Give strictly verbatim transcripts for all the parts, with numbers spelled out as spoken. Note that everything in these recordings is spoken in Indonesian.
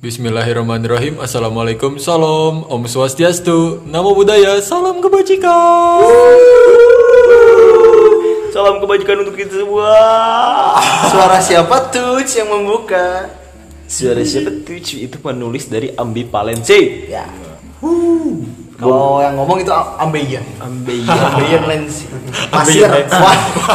Bismillahirrahmanirrahim. Assalamualaikum, salam, Om Swastiastu, Namo Buddhaya, salam kebajikan. Salam kebajikan untuk kita semua. Suara siapa tuh yang membuka? Suara siapa tuh? Itu penulis dari Ambivalence. Ya. Uh. Kalau yang ngomong itu Ambeien. Ambeien. Ambeien Lens. Pasir. Wah.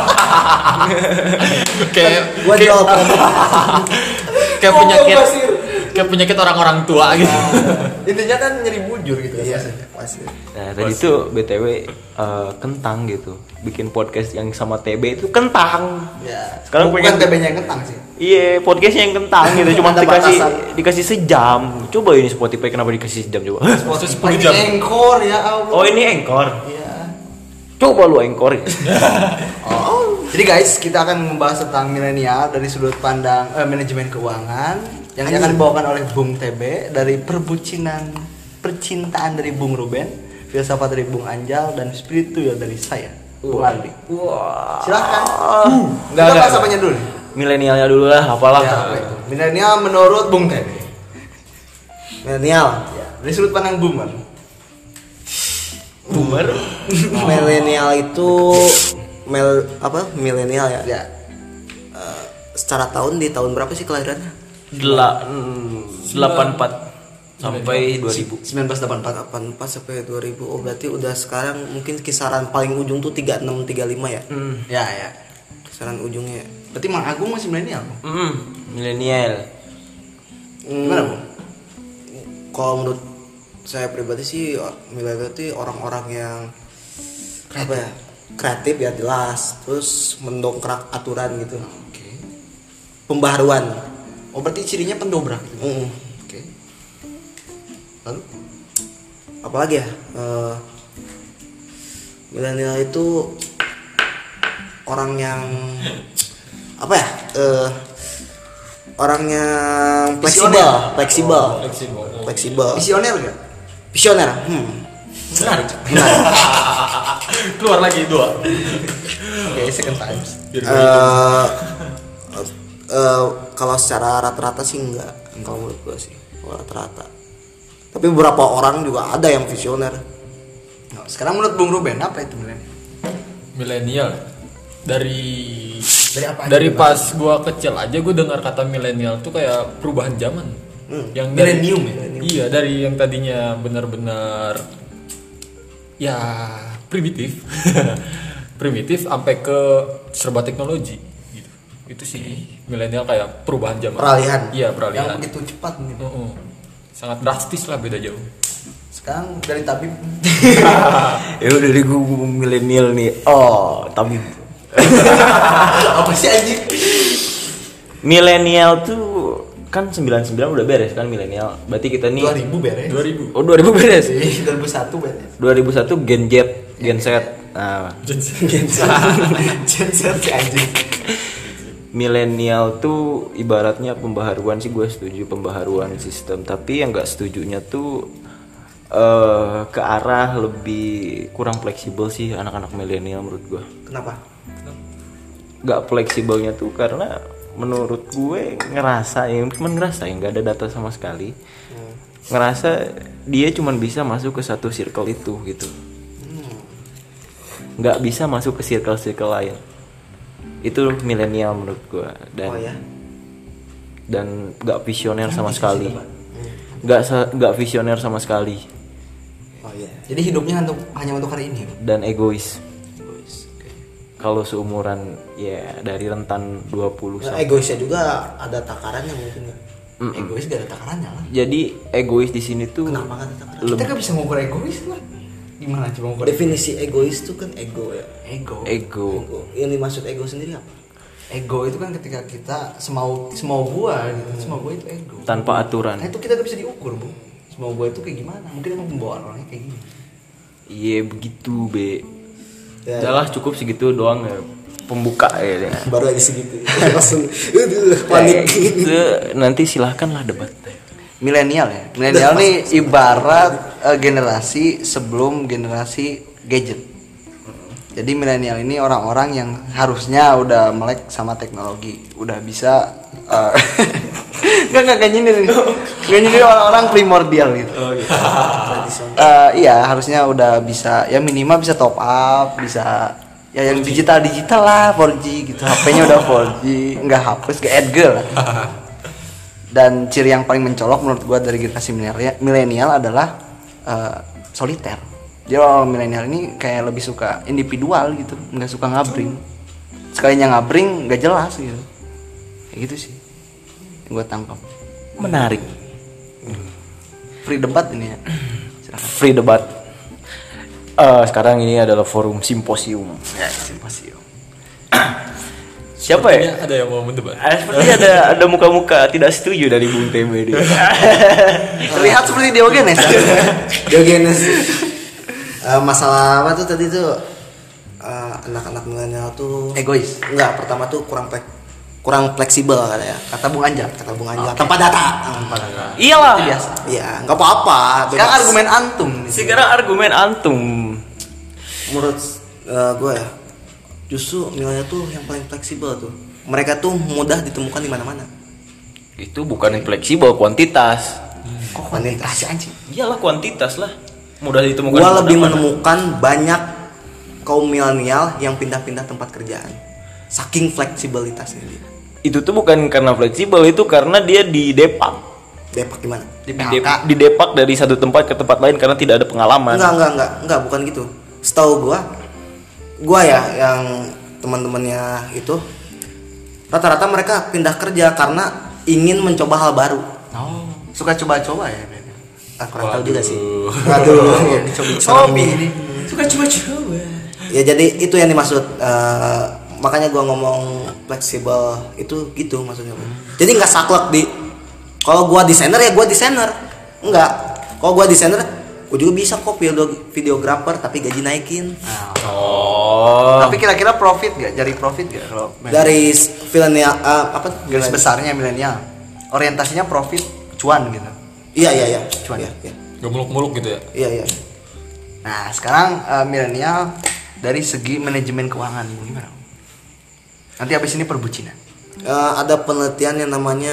Kayak Gua kayak, jawab. kayak penyakit kayak penyakit orang-orang tua gitu. Intinya kan nyeri bujur gitu Iya. Pasir. Nah tadi tuh B T W uh, kentang gitu. Bikin podcast yang sama T B itu kentang. Ya. Sekarang bukan pengen- T B-nya yang kentang sih. Iya, podcastnya yang kentang gitu. Cuma Ada dikasih batasan. dikasih sejam. Coba ini Spotify kenapa dikasih sejam coba? Maksudnya sepuluh jam. Anchor ya Allah. Oh ini Anchor. Iya. Coba lu Anchor. Oh. Jadi guys, kita akan membahas tentang milenial dari sudut pandang eh, manajemen keuangan yang akan dibawakan oleh Bung T B dari perbucinan percintaan dari Bung Ruben, filsafat dari Bung Anjal dan spiritual dari saya, Bung Aldi. Wah. Silakan. Enggak, Kita enggak, bahas apanya dulu nih? Milenialnya dulu lah, apalah. Ya, apa itu? Milenial menurut Bung T B. Milenial, Ya, dari sudut pandang boomer. Boomer. milenial itu mel apa? Milenial ya. Ya. Eh, secara tahun di tahun berapa sih kelahirannya? delapan empat sampai dua ribu. sembilan belas delapan puluh empat. delapan puluh empat sampai dua ribu. Oh, berarti udah sekarang mungkin kisaran paling ujung tuh tiga puluh enam tiga puluh lima ya. Hmm. Ya, ya. Kisaran ujungnya. Berarti Mang Agung masih milenial. Hmm. Milenial. Hmm, Gimana, Bung? Kalau menurut saya pribadi sih milenial itu orang-orang yang apa ya? Kreatif ya jelas, terus mendongkrak aturan gitu. Oke. Pembaharuan. Oh, berarti cirinya pendobrak gitu. Mm. Oke. Lalu Apalagi ya? Eh, milenial itu orang yang apa ya? Eh, orang yang fleksibel, Visioner. fleksibel, Fleksibel. fleksibel, visioner gak? visioner. Hmm. Menarik. Keluar lagi dua. Oke, second times. Biar Eh, eh, eh, kalau secara rata-rata sih enggak, kalau menurut gua sih, kalau rata-rata. Tapi beberapa orang juga ada yang visioner. Nah, sekarang menurut Bung Ruben apa itu milenial? milenial dari Dari apa aja dari tuh, pas gua kecil aja gua dengar kata milenial tuh kayak perubahan zaman. Hmm. Yang dari- Millennium ya? Iya, dari yang tadinya benar-benar ya primitif. primitif sampai ke serba teknologi gitu. Itu sih milenial kayak perubahan zaman. Peralihan. Iya, peralihan. Yang begitu cepat nih. Oh, oh. Sangat drastis lah, beda jauh. Sekarang dari tabib. Ya udah dari gue milenial nih. Oh, tapi Apa sih anjing? milenial tuh kan sembilan puluh sembilan udah beres kan milenial. Berarti kita nih dua ribu beres. dua ribu. Oh, dua ribu beres. Ih, dua ribu satu beres. dua ribu satu Gen Z, Gen Z. Nah, Gen Z si anjing. milenial tuh ibaratnya pembaharuan sih, gue setuju pembaharuan sistem, tapi yang nggak setujunya tuh eh ke arah lebih kurang fleksibel sih anak-anak milenial menurut gue. Kenapa? Nggak fleksibelnya tuh karena menurut gue ngerasa ya cuma ngerasa ya nggak ada data sama sekali, ngerasa dia cuma bisa masuk ke satu circle itu gitu, nggak bisa masuk ke circle-circle lain. Itu milenial menurut gue. Dan Oh ya. dan nggak visioner sama sekali, nggak sa- nggak visioner sama sekali, Oh iya. Jadi hidupnya untuk hanya untuk hari ini. dan egois. Boys. Oke. Kalau seumuran ya dari rentan dua puluh Nah, sampai, egoisnya juga ada takarannya mungkin ya. Mm-mm. Egois gak ada takarannya lah. Jadi egois di sini tuh Kenapa kan ada takaran? Kita lebih gak bisa ngukur egois lah. Gimana coba ngukur Definisi egois itu kan ego ya. ego? ego. Ego. Yang dimaksud ego sendiri apa? Ego itu kan ketika kita semau semau gua gitu. Semau gua itu ego. Tanpa aturan. Nah, itu kita gak bisa diukur, Bu. Semau gua itu kayak gimana? Mungkin emang pembawaan orangnya kayak gini. Iya begitu be. Ya, Udahlah cukup segitu doang ya. Pembuka ya. baru aja segitu. Langsung aduh, panik. Kayak gitu, nanti silahkanlah debat. Milenial ya. Milenial nih ibarat eh, generasi sebelum generasi gadget. Jadi milenial ini orang-orang yang harusnya udah melek sama teknologi, udah bisa uh, Enggak enggak kayak nyindir. Kayak nyindir orang-orang primordial gitu. Oh gitu. Eh, iya harusnya udah bisa ya minimal bisa top up, bisa ya yang digital digital lah four G gitu. H P-nya udah four G, enggak hapus, enggak edge lah. Dan ciri yang paling mencolok menurut gua dari generasi milenial milenial adalah uh, soliter. Jadi orang milenial ini kayak lebih suka individual gitu, nggak suka ngabring. Sekalinya ngabring nggak jelas gitu. Kayak gitu sih. Yang gua tangkap. Menarik. Free debat ini ya. Silakan. Free debat. Eh, sekarang ini adalah forum simposium. Ya, simposium. Siapa ya? Sepertinya ada yang mau mendebat. Eh, seperti ada ada muka-muka tidak setuju dari Bung T B dia. Terlihat seperti Diogenes. Diogenes. Eh, masalah apa tuh tadi tuh eh, anak-anak milenial tuh Egois. enggak, pertama tuh kurang plek, kurang fleksibel katanya. Kata Bung Anjar. Kata Bung Anjar. Oke. Tanpa data. Tanpa data. Iyalah. Itu biasa. Iya, enggak apa-apa. Sekarang bebas. argumen antum. nih. Sekarang argumen antum. Menurut eh, gue ya, justru milenial tuh yang paling fleksibel tuh. Mereka tuh mudah ditemukan di mana-mana. Itu bukan fleksibel, kuantitas. Kok kuantitas sih anjing? Iyalah kuantitas lah. Mudah ditemukan. Gua di lebih mana-mana. menemukan banyak kaum milenial yang pindah-pindah tempat kerjaan. Saking fleksibilitasnya dia. Itu tuh bukan karena fleksibel, itu karena dia di depak. Depak gimana? Di Di, P H K. di depak dari satu tempat ke tempat lain karena tidak ada pengalaman. Enggak, enggak, enggak, enggak, bukan gitu. Setahu gua, gua ya yang teman-temannya itu rata-rata mereka pindah kerja karena ingin mencoba hal baru. Oh, suka coba-coba ya. Ah, kurang tahu juga sih. Waduh. Waduh, Dicoba-coba ini. Suka coba-coba. Ya jadi itu yang dimaksud. eh, makanya gua ngomong fleksibel itu gitu maksudnya. Jadi nggak saklek di. Kalau gua desainer ya gua desainer. Enggak. Kalau gua desainer, gua juga bisa kok video videografer tapi gaji naikin. Oh. Tapi kira-kira profit gak? Jadi profit gak kalau Dari milenial eh, apa? garis besarnya milenial? Orientasinya profit, cuan gitu. Iya iya iya. Cuan. Iya iya. Gak muluk-muluk gitu ya. Iya iya. Nah, sekarang eh, milenial dari segi manajemen keuangan gimana? Nanti habis ini perbucinan. Eh, ada penelitian yang namanya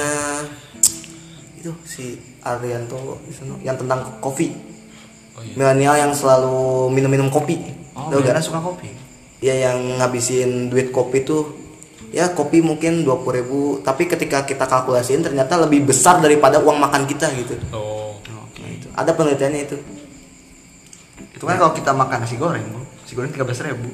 itu si Arianto di sana, yang tentang kopi. Oh iya. Milenial yang selalu minum-minum kopi. Oh, Tahu karena gak? suka kopi. Ya yang ngabisin duit kopi tuh ya kopi mungkin dua puluh ribu, tapi ketika kita kalkulasiin ternyata lebih besar daripada uang makan kita gitu. Oh. Oke. Nah, itu. Ada penelitiannya itu. Itu kan kalau kita makan nasi goreng, Bu. Nasi goreng tiga belas ribu.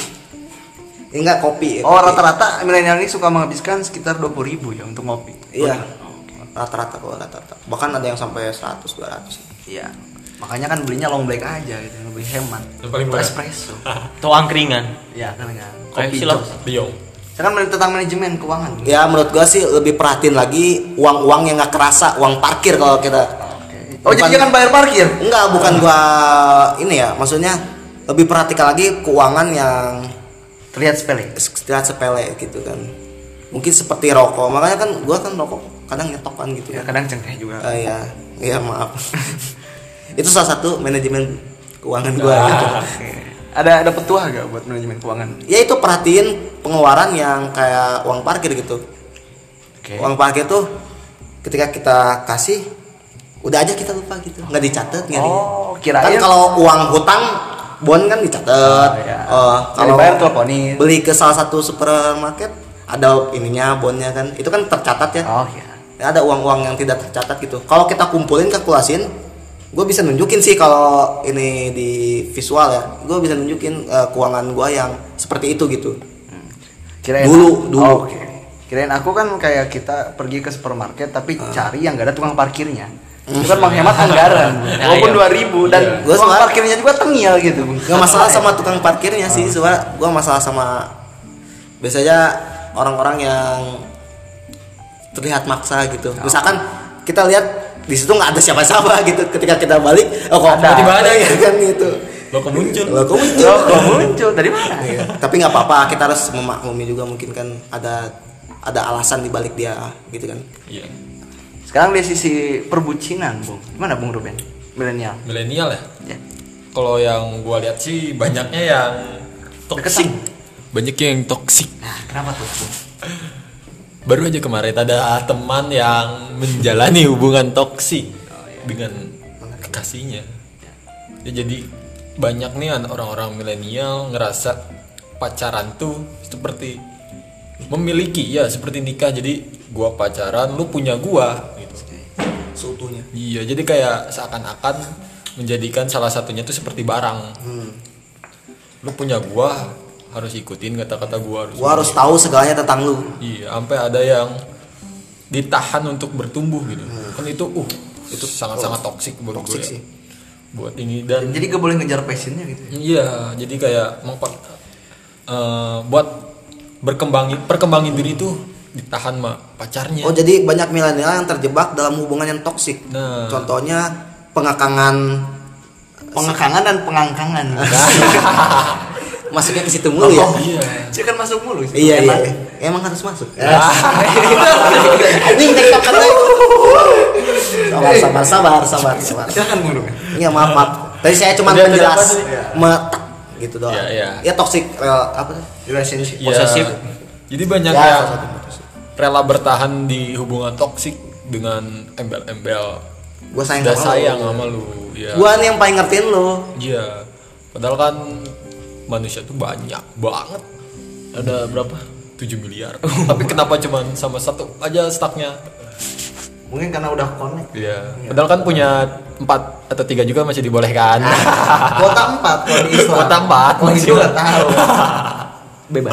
Ya, enggak kopi. Oh, kopi. rata-rata milenial ini suka menghabiskan sekitar dua puluh ribu ya untuk ngopi. Iya. Rata-rata kalau rata-rata. Bahkan ada yang sampai seratus dua ratus. Iya. Makanya kan belinya long black aja gitu, lebih hemat. Yang paling Atau murah. espresso. Atau angkringan. Iya kan kan. Ayo, Kopi silakan. jos. Liong. Sekarang tentang manajemen keuangan. Ya menurut gua sih lebih perhatiin lagi uang-uang yang nggak kerasa, uang parkir kalau kita. Oke. Oh, jadi Bukan- jangan bayar parkir. Enggak, bukan gua ini ya, maksudnya lebih perhatikan lagi keuangan yang Terlihat sepele. terlihat sepele gitu kan. Mungkin seperti rokok, makanya kan gua kan rokok kadang nyetok kan gitu Ya, kan. kadang cengkeh juga. Ah, iya, iya maaf. Itu salah satu manajemen keuangan gua gitu. Oke. Ada ada petuah gak buat manajemen keuangan? Ya itu perhatiin pengeluaran yang kayak uang parkir gitu. Oke. Uang parkir tuh ketika kita kasih udah aja kita lupa gitu, nggak dicatat nggak di- Oh, kirain- kan kalau uang hutang bon kan dicatat. Oh, iya. Oh, kalau dibayar teleponin. beli ke salah satu supermarket ada ininya bonnya kan, itu kan tercatat ya. Oh iya. Ada uang-uang yang tidak tercatat gitu. Kalau kita kumpulin kalkulasin, gue bisa nunjukin sih kalau ini di visual ya, gue bisa nunjukin eh, keuangan gue yang seperti itu gitu. Kirain Dulu, dulu. Oh, oke. Kirain aku kan kayak kita pergi ke supermarket tapi cari yang gak ada tukang parkirnya. Itu kan menghemat anggaran, Bu. Walaupun iya. dua ribu dan Iya. Gua tukang suka- parkirnya juga tengil gitu, Bu. Gak masalah sama tukang parkirnya sih, soalnya gue masalah sama biasanya orang-orang yang terlihat maksa gitu. Misalkan kita lihat di situ nggak ada siapa-siapa gitu, ketika kita balik, oh kok Ada. tiba-tiba ada ya kan gitu. Lo kok muncul? Lo kok muncul? Loh, kok muncul dari mana? Iya. Tapi nggak apa-apa, kita harus memaklumi juga, mungkin kan ada ada alasan di balik dia gitu kan. Iya. Sekarang dari sisi perbucinan, Bung. Gimana Bung Ruben? Milenial. Milenial ya. Ya. Kalau yang gua lihat sih banyaknya yang toksik. Deketan. Banyak yang toksik. Nah, kenapa tuh, Bung? baru aja kemarin ada teman yang menjalani hubungan toksik dengan kekasihnya. Ya, jadi banyak nih orang-orang milenial ngerasa pacaran tuh seperti memiliki, ya seperti nikah. Jadi gua pacaran, lu punya gua gitu. Seutuhnya. Iya, jadi kayak seakan-akan menjadikan salah satunya tuh seperti barang. Hmm. Lu punya gua, harus ikutin kata-kata gua, harus Gua harus tahu segalanya tentang lu. Iya, sampai ada yang ditahan untuk bertumbuh gitu. Hmm. Kan itu uh itu sangat-sangat toksik buat Toksik gue. Ya. sih. Buat ini dan Jadi gak boleh ngejar passionnya gitu. iya, jadi kayak memper, uh, buat berkembangin perkembangin diri tuh ditahan sama pacarnya. Oh, jadi banyak milenial yang terjebak dalam hubungan yang toksik. Nah. Contohnya pengakangan Pengekangan dan pengangkangan. masuknya ke situ mulu ya. Oh, Iya. Dia kan masuk mulu. Iya, iya. Enak. Emang harus masuk. Ini TikTok kan. Sabar, sabar, sabar, sabar, sabar. Silakan mulu. Iya, maaf, maaf. Tadi saya cuma Tadi ada menjelas apa sih? metak gitu doang. Iya, iya. Ya toxic rel, apa tuh? Relationship. Ya, Posesif. jadi banyak Ya, yang posesif. rela bertahan di hubungan toksik dengan embel-embel. Gua sayang Udah sama sayang lu. sama lu. Ya. Gua nih yang paling ngertiin lu. Iya. Padahal kan manusia tuh banyak banget. Ada berapa? tujuh miliar. Tapi kenapa cuman sama satu aja stucknya? Mungkin karena udah connect. Iya. Padahal kan punya empat atau tiga juga masih dibolehkan. Kuota empat kalau di Islam. Kuota empat, Oh, itu maksudnya. gak tahu. Bebas.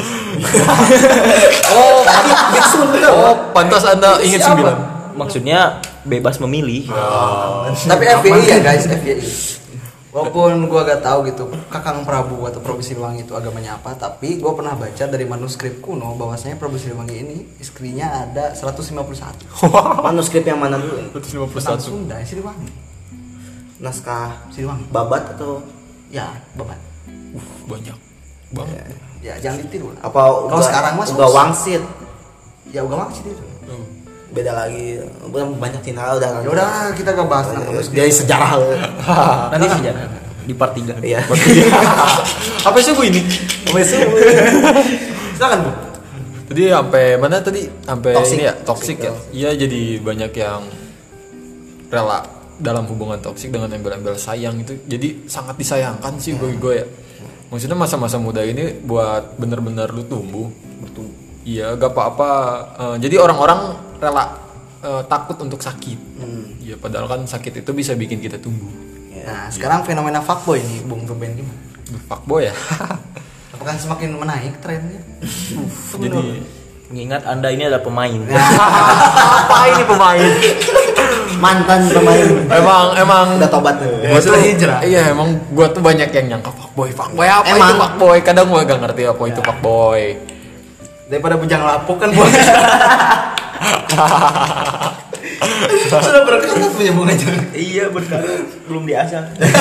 Oh, oh, pantas Anda ingin sembilan. Maksudnya bebas memilih. Tapi F Y I ya guys, F Y I. Walaupun gua gak tahu gitu Kakang Prabu atau Prabu Siliwangi itu agamanya apa, tapi gua pernah baca dari manuskrip kuno bahwasanya Prabu Siliwangi ini istrinya ada seratus lima puluh satu. Manuskrip yang mana dulu? seratus lima puluh Tentang satu. Sunda, Siliwangi. Naskah Siliwangi. babat atau Ya, babat. Uh, banyak banget. Ya, jangan ditiru lah. apa Kalau uga- sekarang mah uga susah. wangsit? Ya, udah mah sih itu. Oh. Beda lagi. Udah banyak tinggal udah. Ya udah kita gak bahas tentang manuskrip. Dari sejarah lu. Nanti sejarah di part tiga. Iya. Apa sih Bu ini? Silakan, Bu. Tadi sampai mana tadi? Sampai Toxic. ini ya, toksik ya. Iya, jadi banyak yang rela dalam hubungan toksik dengan embel-embel sayang itu. Jadi sangat disayangkan sih bagi gue ya. Maksudnya masa-masa muda ini buat bener-bener lu tumbuh. Iya, gak apa-apa. Eh, jadi orang-orang rela eh, takut untuk sakit. Iya, padahal kan sakit itu bisa bikin kita tumbuh. Nah, sekarang fenomena fuckboy nih, Bung Ruben gimana? Duh, fuckboy ya. Apakah semakin menaik trennya? Jadi Mengingat Anda ini adalah pemain. apa ini pemain? Mantan pemain. Emang emang Udah tobat nih. Gua sudah tuh- hijrah. Iya, emang gua tuh banyak yang nyangka fuckboy, fuckboy apa Emang. itu fuckboy? Kadang gua gak ngerti apa itu fuckboy. Daripada bujang lapuk kan buat. Sudah berkarat punya Bung aja. Iya benar. Belum diasah.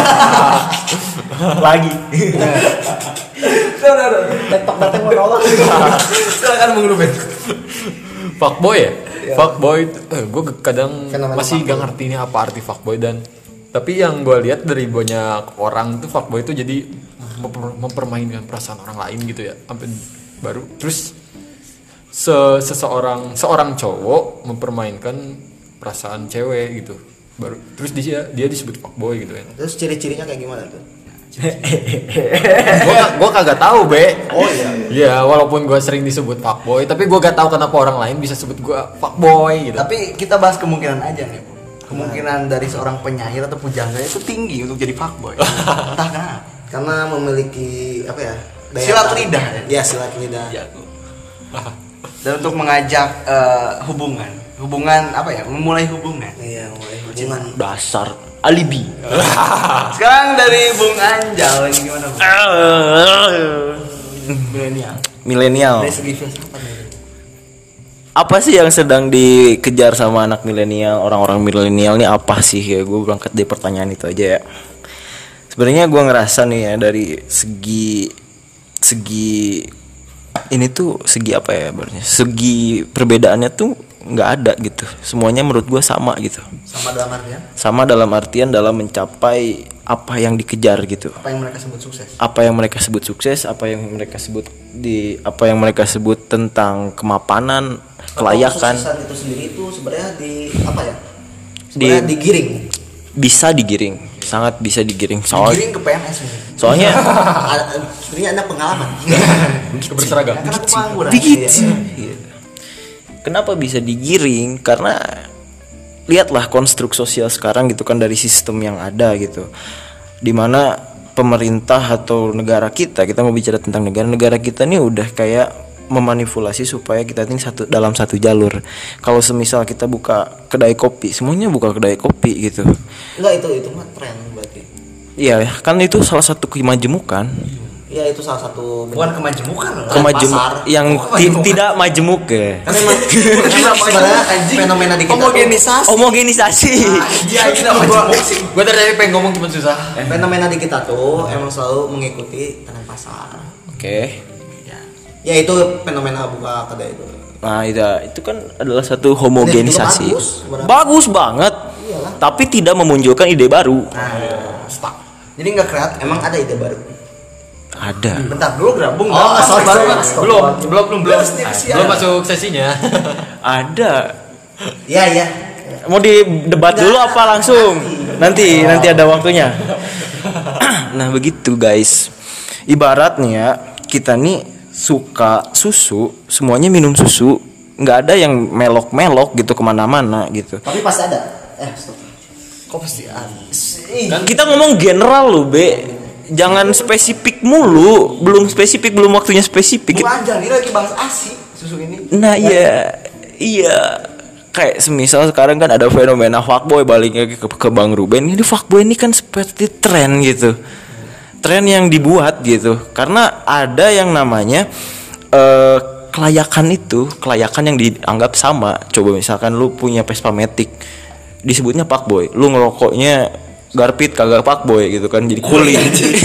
Lagi. Udah, udah, udah. Laptop datang mau nolong. Silakan Bung Ruben. Fuckboy ya? Fuckboy eh, gua kadang Fenomena masih fuckboy. gak ngerti ini apa arti fuckboy dan tapi yang gua lihat dari banyak orang tuh fuckboy itu jadi memper- mempermainkan perasaan orang lain gitu ya. Sampai baru terus se- seseorang seorang cowok mempermainkan perasaan cewek gitu. Baru terus dia dia disebut fuckboy gitu kan. Terus ciri-cirinya kayak gimana tuh? gua gua kagak tahu be. Oh iya. Iya, walaupun gua sering disebut fuckboy, tapi gua gak tahu kenapa orang lain bisa sebut gua fuckboy gitu. Tapi kita bahas kemungkinan aja nih, Bu. Kemungkinan dari seorang penyair atau pujangga itu tinggi untuk jadi fuckboy. Entah kenapa. Karena memiliki apa ya? Silat tarik. lidah. Ya, silat lidah. Dan untuk mengajak eh, hubungan, hubungan apa ya? Memulai hubungan. Iya, mulai hubungan. Dasar alibi. Sekarang dari Bung Anjal ini gimana, Bu? Milenial. Milenial. Dari segi filsafat nih. Apa sih yang sedang dikejar sama anak milenial, orang-orang milenial ini apa sih ya? Gue berangkat dari pertanyaan itu aja ya. Sebenarnya gue ngerasa nih ya dari segi segi ini tuh segi apa ya sebenarnya? Segi perbedaannya tuh nggak ada gitu. Semuanya menurut gue sama gitu. Sama dalam artian Sama dalam artian dalam mencapai apa yang dikejar gitu. apa yang mereka sebut sukses. Apa yang mereka sebut sukses, apa yang mereka sebut di apa yang mereka sebut tentang kemapanan, kelayakan. Kesuksesan itu sendiri itu sebenarnya di apa ya? Sebenarnya Di- digiring. Bisa digiring, sangat bisa digiring. Soal, Giring ke P N S mungkin. soalnya Ada- Sebenarnya ada pengalaman. Berseragam. Karena aku pengangguran. begitu. Iya. Kenapa bisa digiring? Karena lihatlah konstruk sosial sekarang gitu kan, dari sistem yang ada gitu, dimana pemerintah atau negara kita, kita mau bicara tentang negara, negara kita nih udah kayak memanipulasi supaya kita ini satu dalam satu jalur. Kalau semisal kita buka kedai kopi, semuanya buka kedai kopi gitu. Enggak, itu itu mah tren berarti. Iya, kan itu salah satu kemajemukan. Iya, itu salah satu Bukan kemajemukan loh. Kemajemuk pasar. yang Oh, ti- kemajemukan. tidak majemuk ya. Karena emang sebenarnya fenomena di kita tuh- Homogenisasi. Homogenisasi. Dia tidak majemuk sih. Gue dari tadi pengen ngomong cuma susah. fenomena di kita tuh emang selalu mengikuti tren pasar. Oke. Ya itu fenomena buka kedai itu. Nah, itu, itu kan adalah satu homogenisasi. Ini juga bagus, sebenarnya. Bagus banget. Iyalah. Tapi tidak memunculkan ide baru. Nah, stuck. Jadi nggak kreatif. Emang ada ide baru. Ada. Bentar dulu gabung. Oh, nggak? sorry, Baru, sorry. Mas. Belum, belum, belum, belum. Harus divisi Belum aja. masuk sesinya. Ada. Iya, iya. Mau didebat dulu apa langsung? Nanti, nanti ada waktunya. Nah, begitu guys. Ibaratnya kita nih suka susu, semuanya minum susu, nggak ada yang melok-melok gitu kemana-mana gitu. Tapi pasti ada. Eh, stop. Kok pasti ada? Kan kita ngomong general loh, Be. Jangan spesifik mulu, belum spesifik, belum waktunya spesifik. Gua aja nih lagi bahas ASI susu ini. Nah, iya. Iya. Kayak semisal sekarang kan ada fenomena fuckboy, balik lagi ke, ke Bang Ruben. Ini fuckboy ini kan seperti tren gitu. Tren yang dibuat gitu. Karena ada yang namanya eh, kelayakan itu, kelayakan yang dianggap sama. Coba misalkan lu punya Vespa Matic, disebutnya fuckboy. Lu ngerokoknya Garpit kagak fuckboy gitu kan, jadi kuli.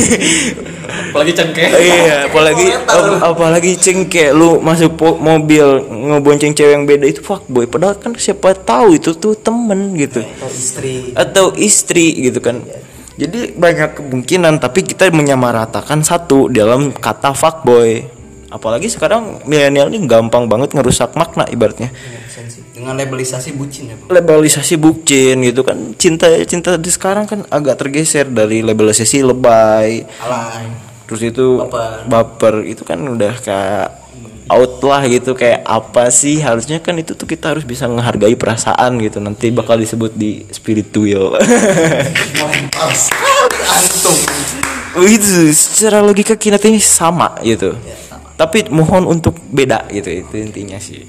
Apalagi cengkeh. Iya, apalagi ap- apalagi cengkeh lu masuk po- mobil ngebonceng cewek yang beda, itu fuckboy. Padahal kan siapa tahu itu tuh temen gitu. Atau istri. Atau istri gitu kan. Jadi banyak kemungkinan, tapi kita menyamaratakan satu dalam kata fuckboy. Apalagi sekarang milenial ini gampang banget ngerusak makna ibaratnya. Dengan labelisasi bucin ya, Bang. Labelisasi bucin gitu kan. Cinta cinta di sekarang kan agak tergeser dari labelisasi lebay. Alay. Terus itu Baper. baper itu kan udah kayak out lah gitu, kayak apa sih, harusnya kan itu tuh kita harus bisa menghargai perasaan gitu, nanti bakal disebut di spiritual. Mantap sekali antum. Itu secara logika kita ini sama gitu, tapi mohon untuk beda gitu, itu intinya sih.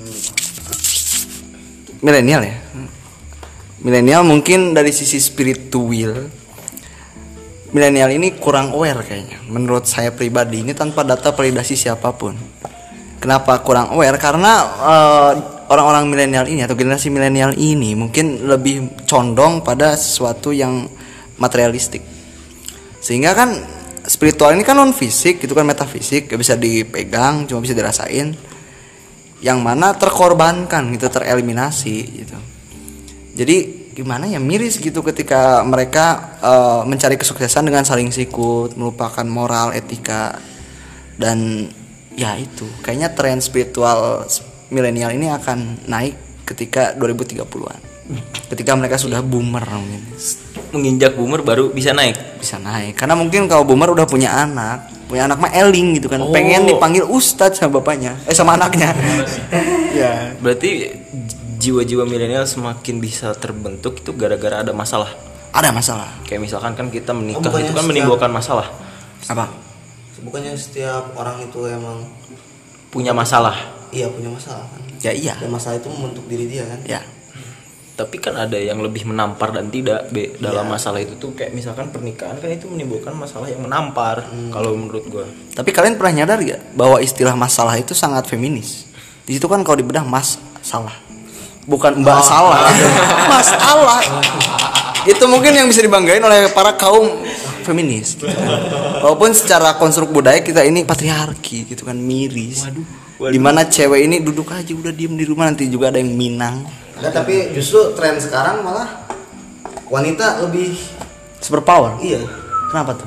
Milenial ya. Milenial mungkin dari sisi spiritual, milenial ini kurang aware kayaknya. Menurut saya pribadi, ini tanpa data validasi siapapun. Kenapa kurang aware? Karena eh, orang-orang milenial ini atau generasi milenial ini mungkin lebih condong pada sesuatu yang materialistik. Sehingga kan spiritual ini kan non fisik, itu kan metafisik, gak bisa dipegang, cuma bisa dirasain. Yang mana terkorbankan gitu, tereliminasi gitu. Jadi gimana ya, miris gitu ketika mereka uh, mencari kesuksesan dengan saling sikut, melupakan moral, etika, dan ya itu kayaknya tren spiritual milenial ini akan naik ketika dua ribu tiga puluhan, ketika mereka sudah boomer mungkin Menginjak boomer baru bisa naik. bisa naik, karena mungkin kalau boomer udah punya anak, punya anak mah eling gitu kan, Oh. pengen dipanggil ustadz sama bapaknya, eh sama anaknya. Ya, Berarti jiwa-jiwa milenial semakin bisa terbentuk itu gara-gara ada masalah. ada masalah. Kayak misalkan kan kita menikah, Oh, bukannya itu kan setiap- menimbulkan masalah. Apa? Bukannya setiap orang itu emang Punya masalah. iya punya masalah kan. Ya iya. Dan masalah itu membentuk diri dia kan. Ya. Tapi kan ada yang lebih menampar dan tidak, Be, dalam Iya. masalah itu tuh kayak misalkan pernikahan kan itu menimbulkan masalah yang menampar. Kalau menurut gua. Tapi kalian pernah nyadar gak bahwa istilah masalah itu sangat feminis? Di situ kan kalau dibedah mas salah, bukan mbak salah, masalah. Itu mungkin yang bisa dibanggain oleh para kaum feminis. Gitu kan. Walaupun secara konstruk budaya kita ini patriarki gitu kan, miris. waduh. Dimana cewek ini duduk aja udah diem di rumah, nanti juga ada yang minang. Nah, tapi justru tren sekarang malah wanita lebih Super power. iya. Kenapa tuh?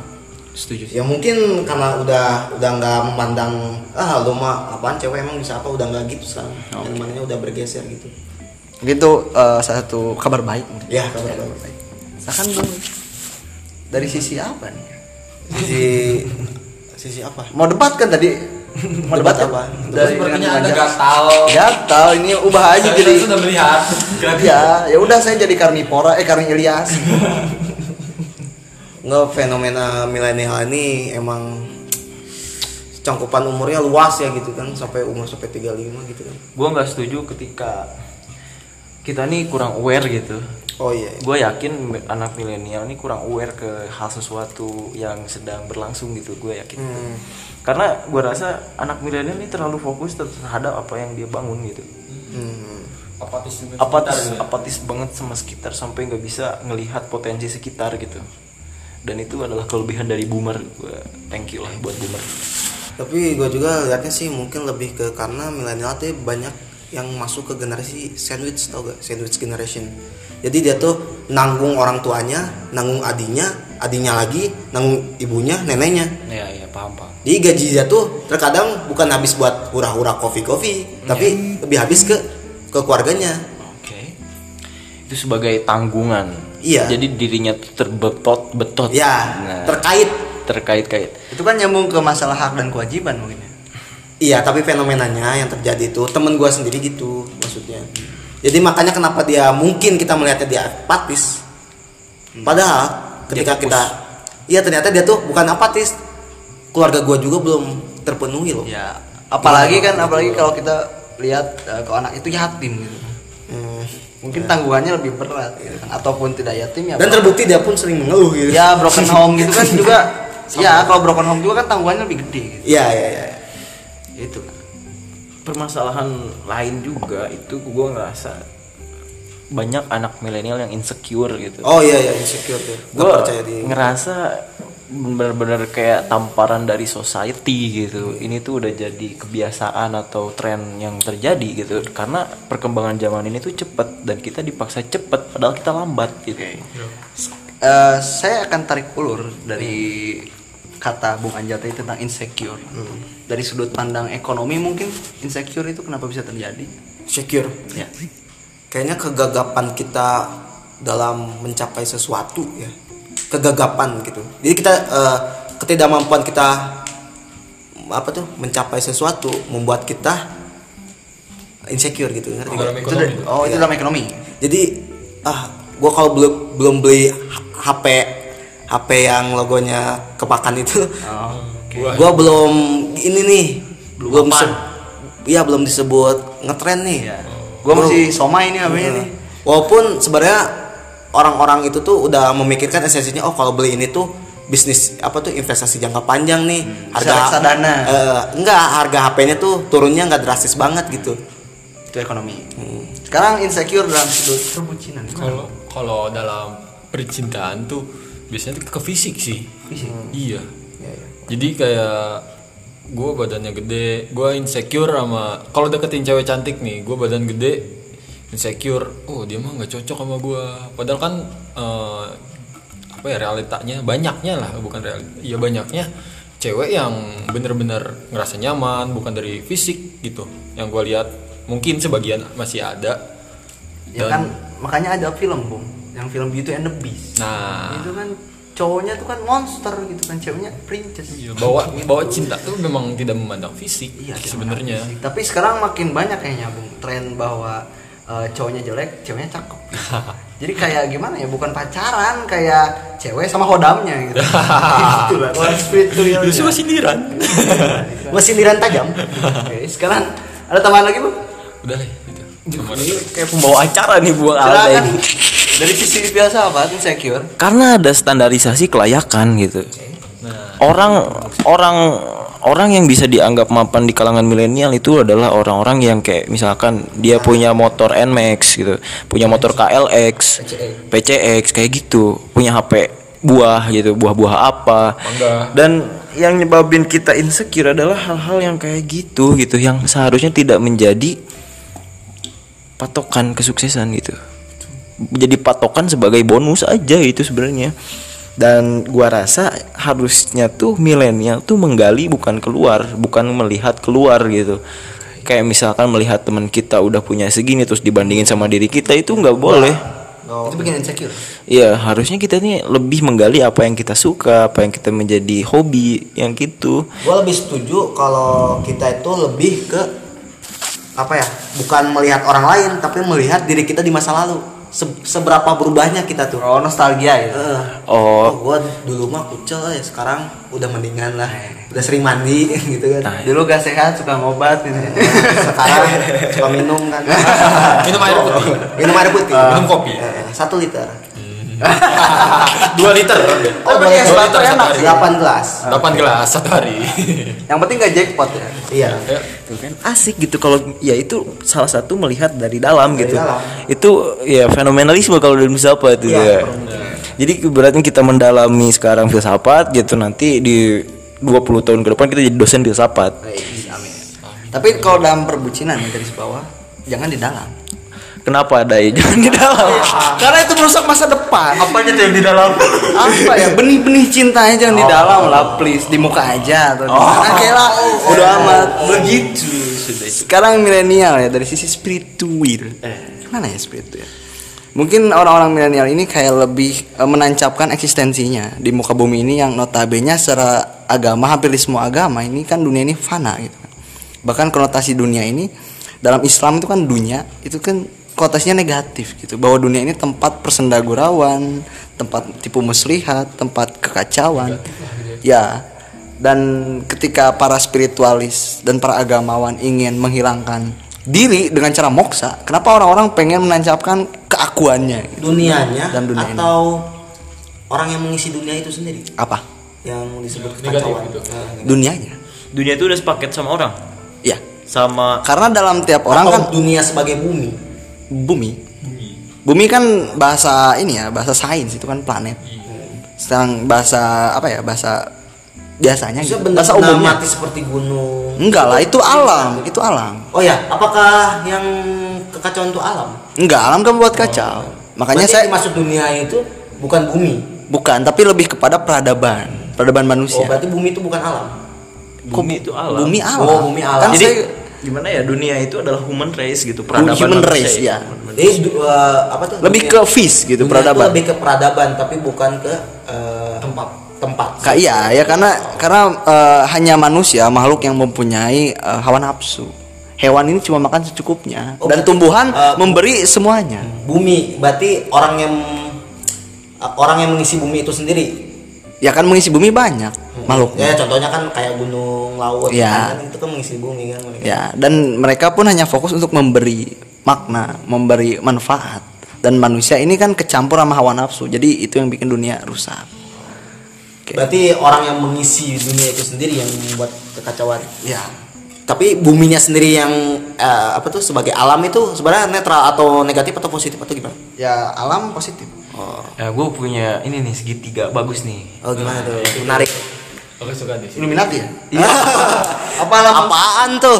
Setuju sih. Ya mungkin karena udah udah nggak memandang ah lu mah apaan cewek emang bisa apa, udah nggak gitu sekarang. Oh. Yang udah bergeser gitu. Gitu uh, salah satu kabar baik. Ya kabar kabar baik. Misalkan dong dari sisi apa nih? Sisi sisi apa? Mau debat kan tadi? Mau Debat debat, apa? apa? Dari sepertinya Anda gatal. Gatal, ini ubah aja Saya jadi. sudah melihat. Ya, ya udah saya jadi karnivora, eh karni Ilyas. Nggak, fenomena milenial ini emang cangkupan umurnya luas ya gitu kan, sampai umur sampai tiga puluh lima gitu kan. Gue nggak setuju ketika kita nih kurang aware gitu. Oh iya. Gue yakin anak milenial ini kurang aware ke hal sesuatu yang sedang berlangsung gitu. Gue yakin. Hmm. Karena gue rasa anak milenial ini terlalu fokus terhadap apa yang dia bangun gitu. Hmm. Apatis dengan Apatis, sekitar, ya. apatis banget sama sekitar sampai nggak bisa ngelihat potensi sekitar gitu. Dan itu adalah kelebihan dari boomer. Gue thank you lah buat boomer. Tapi gue juga lihatnya sih mungkin lebih ke karena milenial tuh banyak yang masuk ke generasi sandwich, tau gak? Sandwich generation. Jadi dia tuh nanggung orang tuanya, nanggung adinya, adinya lagi, nanggung ibunya, neneknya. Ya ya paham paham. Jadi gaji dia tuh terkadang bukan habis buat hura-hura kopi-kopi, tapi lebih habis ke ke keluarganya. Oke. Itu sebagai tanggungan. Iya. Jadi dirinya tuh terbetot betot. Ya, Nah, terkait. terkait-kait. Itu kan nyambung ke masalah hak dan kewajiban mungkin ya. Iya, tapi fenomenanya yang terjadi itu temen gue sendiri gitu maksudnya. Jadi makanya kenapa dia mungkin kita melihatnya dia apatis. Padahal ketika Dia kita, iya ternyata dia tuh bukan apatis. Keluarga gue juga belum terpenuhi loh. Ya, apalagi kan Gitu. apalagi kalau kita lihat uh, kalau anak itu yatim gitu. Hmm. Mungkin tanggungannya lebih berat gitu kan. Ataupun tidak yatim ya. Dan broken- terbukti dia pun sering mengeluh gitu. ya broken home gitu kan juga. Ya, kalau broken home juga kan tanggungannya lebih gede gitu. Iya, iya, iya. Itu. Permasalahan lain juga itu gue ngerasa banyak anak milenial yang insecure gitu. Oh iya iya insecure tuh. Gak Gue percaya diri. ngerasa benar-benar kayak tamparan dari society gitu. Ini tuh udah jadi kebiasaan atau tren yang terjadi gitu. Karena perkembangan zaman ini tuh cepet dan kita dipaksa cepet padahal kita lambat gitu. Eh, saya akan tarik ulur dari kata Bung Anja tadi tentang insecure. Dari sudut pandang ekonomi mungkin insecure itu kenapa bisa terjadi? Insecure. Ya. Kayaknya kegagapan kita dalam mencapai sesuatu ya. Kegagapan gitu. Jadi kita eh, ketidakmampuan kita apa tuh mencapai sesuatu membuat kita insecure gitu, ngerti Dalam nggak? Itu ekonomi. dari- oh, itu Iya. dalam ekonomi. Jadi ah gua kalau belum belum beli H P H P yang logonya kepakan itu, Oh, Buah. gua belum ini nih Belum belum apaan? se- iya belum disebut ngetren nih. Iya. Gua masih somai ini H P-nya nih. Walaupun sebenarnya orang-orang itu tuh udah memikirkan esensinya, oh kalau beli ini tuh bisnis apa tuh investasi jangka panjang nih, Bisa reksadana. eh, enggak harga H P-nya tuh turunnya nggak drastis banget gitu. Itu ekonomi. Sekarang insecure dalam sudut perbucinan. Kalau kalau dalam percintaan tuh biasanya tuh ke fisik sih. Fisik. Iya. Jadi kayak gue badannya gede, gue insecure sama kalau deketin cewek cantik nih, gue badan gede, insecure. Oh dia mah nggak cocok sama gue. Padahal kan eh, apa ya realitanya banyaknya lah, bukan realita. Iya banyaknya cewek yang bener-bener ngerasa nyaman, bukan dari fisik gitu. Yang gue lihat mungkin sebagian masih ada. Ya Dan- kan makanya ada film, Bung. Yang film Beauty and the Beast. Nah, Itu kan cowoknya tuh kan monster gitu kan, ceweknya princess. iya, bawa bawa cinta tuh memang tidak memandang fisik Iya, sebenarnya. Tapi sekarang makin banyak kayaknya Bung tren bahwa eh, cowoknya jelek, ceweknya cakep. Jadi kayak gimana ya? Bukan pacaran, kayak cewek sama hodamnya gitu. Gitu lah. Kalau spiritualnya. Itu cuma sindiran. Masih sindiran tajam. Oke, sekarang ada tambahan lagi, Bu? Udah lah itu. Cuma Ini kayak pembawa acara nih buat Alda Silakan. ini. Dari sisi biasa apa? Insecure. Karena ada standarisasi kelayakan gitu. Nah, Orang orang orang yang bisa dianggap mapan di kalangan milenial itu adalah orang-orang yang kayak misalkan dia punya motor N-Max gitu, punya motor K L X, P C X kayak gitu, punya H P buah gitu, buah-buah apa. Bangga. Dan yang nyebabin kita insecure adalah hal-hal yang kayak gitu gitu yang seharusnya tidak menjadi patokan kesuksesan gitu. Jadi patokan sebagai bonus aja itu sebenarnya. Dan gua rasa harusnya tuh milenial tuh menggali bukan keluar, bukan melihat keluar gitu. Kayak misalkan melihat teman kita udah punya segini terus dibandingin sama diri kita, itu nggak boleh. Itu bikin insecure. Iya, harusnya kita nih lebih menggali apa yang kita suka, apa yang kita menjadi hobi, yang gitu. Gue lebih setuju kalau kita itu lebih ke apa ya, bukan melihat orang lain tapi melihat diri kita di masa lalu. Se- seberapa berubahnya kita tuh. Oh, nostalgia ya. Eh, Oh, oh gue dulu mah kucel ya, sekarang udah mendingan lah, udah sering mandi gitu kan. Nah, Dulu gak sehat, suka ngobat gitu. Sekarang suka minum kan. Minum air putih. Minum air putih. Minum kopi. Eh, satu liter. Dua liter. Oh, berarti es Dua batu liter satu enak. hari. delapan gelas. Delapan gelas satu hari. Yang penting gak jackpot ya. Iya. Ya, itu kan asik gitu kalau ya itu salah satu melihat dari dalam Dari gitu. dalam. Itu ya fenomenalisme kalau dalam filsafat itu Iya, ya. Jadi berarti kita mendalami sekarang filsafat gitu, nanti di dua puluh tahun ke depan kita jadi dosen filsafat. Amin. Tapi kalau dalam perbucinan yang garis bawah, jangan di dalam. Kenapa ada ya? Jangan di dalam. Karena itu merusak masa depan. Apanya tuh yang di dalam? Apa ya, benih-benih cintanya jangan di dalam lah, please, di muka aja atau di mana kayak lah, udah amat begitu. Sekarang milenial ya dari sisi spiritual. Gimana ya spiritual? Mungkin orang-orang milenial ini kayak lebih eh, menancapkan eksistensinya di muka bumi ini yang notabene secara agama, hampir di semua agama ini kan dunia ini fana gitu kan. Bahkan konotasi dunia ini dalam Islam itu kan dunia itu kan konotasinya negatif gitu, bahwa dunia ini tempat persendagurauan, tempat tipu muslihat, tempat kekacauan. Ya. Dan ketika para spiritualis dan para agamawan ingin menghilangkan diri dengan cara moksa, kenapa orang-orang pengen menancapkan keakuannya gitu? Dunianya Dan dunia ini. atau orang yang mengisi dunia itu sendiri Apa? yang disebut Negatif kekacauan. gitu. Nah, negatif. Dunianya. Dunia itu udah sepaket sama orang, Ya. sama Karena dalam tiap orang Atau kan dunia sebagai bumi. bumi. Bumi kan bahasa ini ya, bahasa sains itu kan planet. Sedang bahasa apa ya? Bahasa biasanya Maksudnya gitu. benda Bahasa benda umumnya. mati seperti gunung. Enggak lah, itu alam, itu alam. Oh ya, apakah yang kekacauan itu alam? Enggak, alam kan buat kacau. Makanya Berarti saya yang dimaksud dunia itu bukan bumi. bukan, tapi lebih kepada peradaban, peradaban Oh, manusia. berarti bumi itu bukan alam. bumi itu alam. Bumi alam. Oh, bumi alam. Kan Jadi saya- gimana ya, dunia itu adalah human race gitu, peradaban human manusia race ya. Jadi du- eh, apa tuh? Lebih dunia- ke fish gitu, dunia peradaban. itu lebih ke peradaban tapi bukan ke eh, tempat. Tempat. Kak iya ya karena karena eh, hanya manusia makhluk yang mempunyai eh, hawa nafsu. Hewan ini cuma makan secukupnya Oh, dan berarti, tumbuhan eh, memberi semuanya. Bumi berarti orang yang eh, orang yang mengisi bumi itu sendiri. Ya kan mengisi bumi banyak makhluk. Ya contohnya kan kayak gunung, laut, Ya. kan itu kan mengisi bumi kan. mereka. Ya, dan mereka pun hanya fokus untuk memberi makna, memberi manfaat. Dan manusia ini kan kecampur sama hawa nafsu. Jadi itu yang bikin dunia rusak. Oke. Berarti orang yang mengisi dunia itu sendiri yang membuat kekacauan. Ya. Tapi buminya sendiri yang eh, apa tuh sebagai alam itu sebenarnya netral atau negatif atau positif atau gimana? Ya, alam positif. Oh, Ya, gue punya ini nih segitiga bagus nih. oh gimana tuh? Menarik. Oke, suka nih. Illuminati ya? Apa alam? Apaan tuh?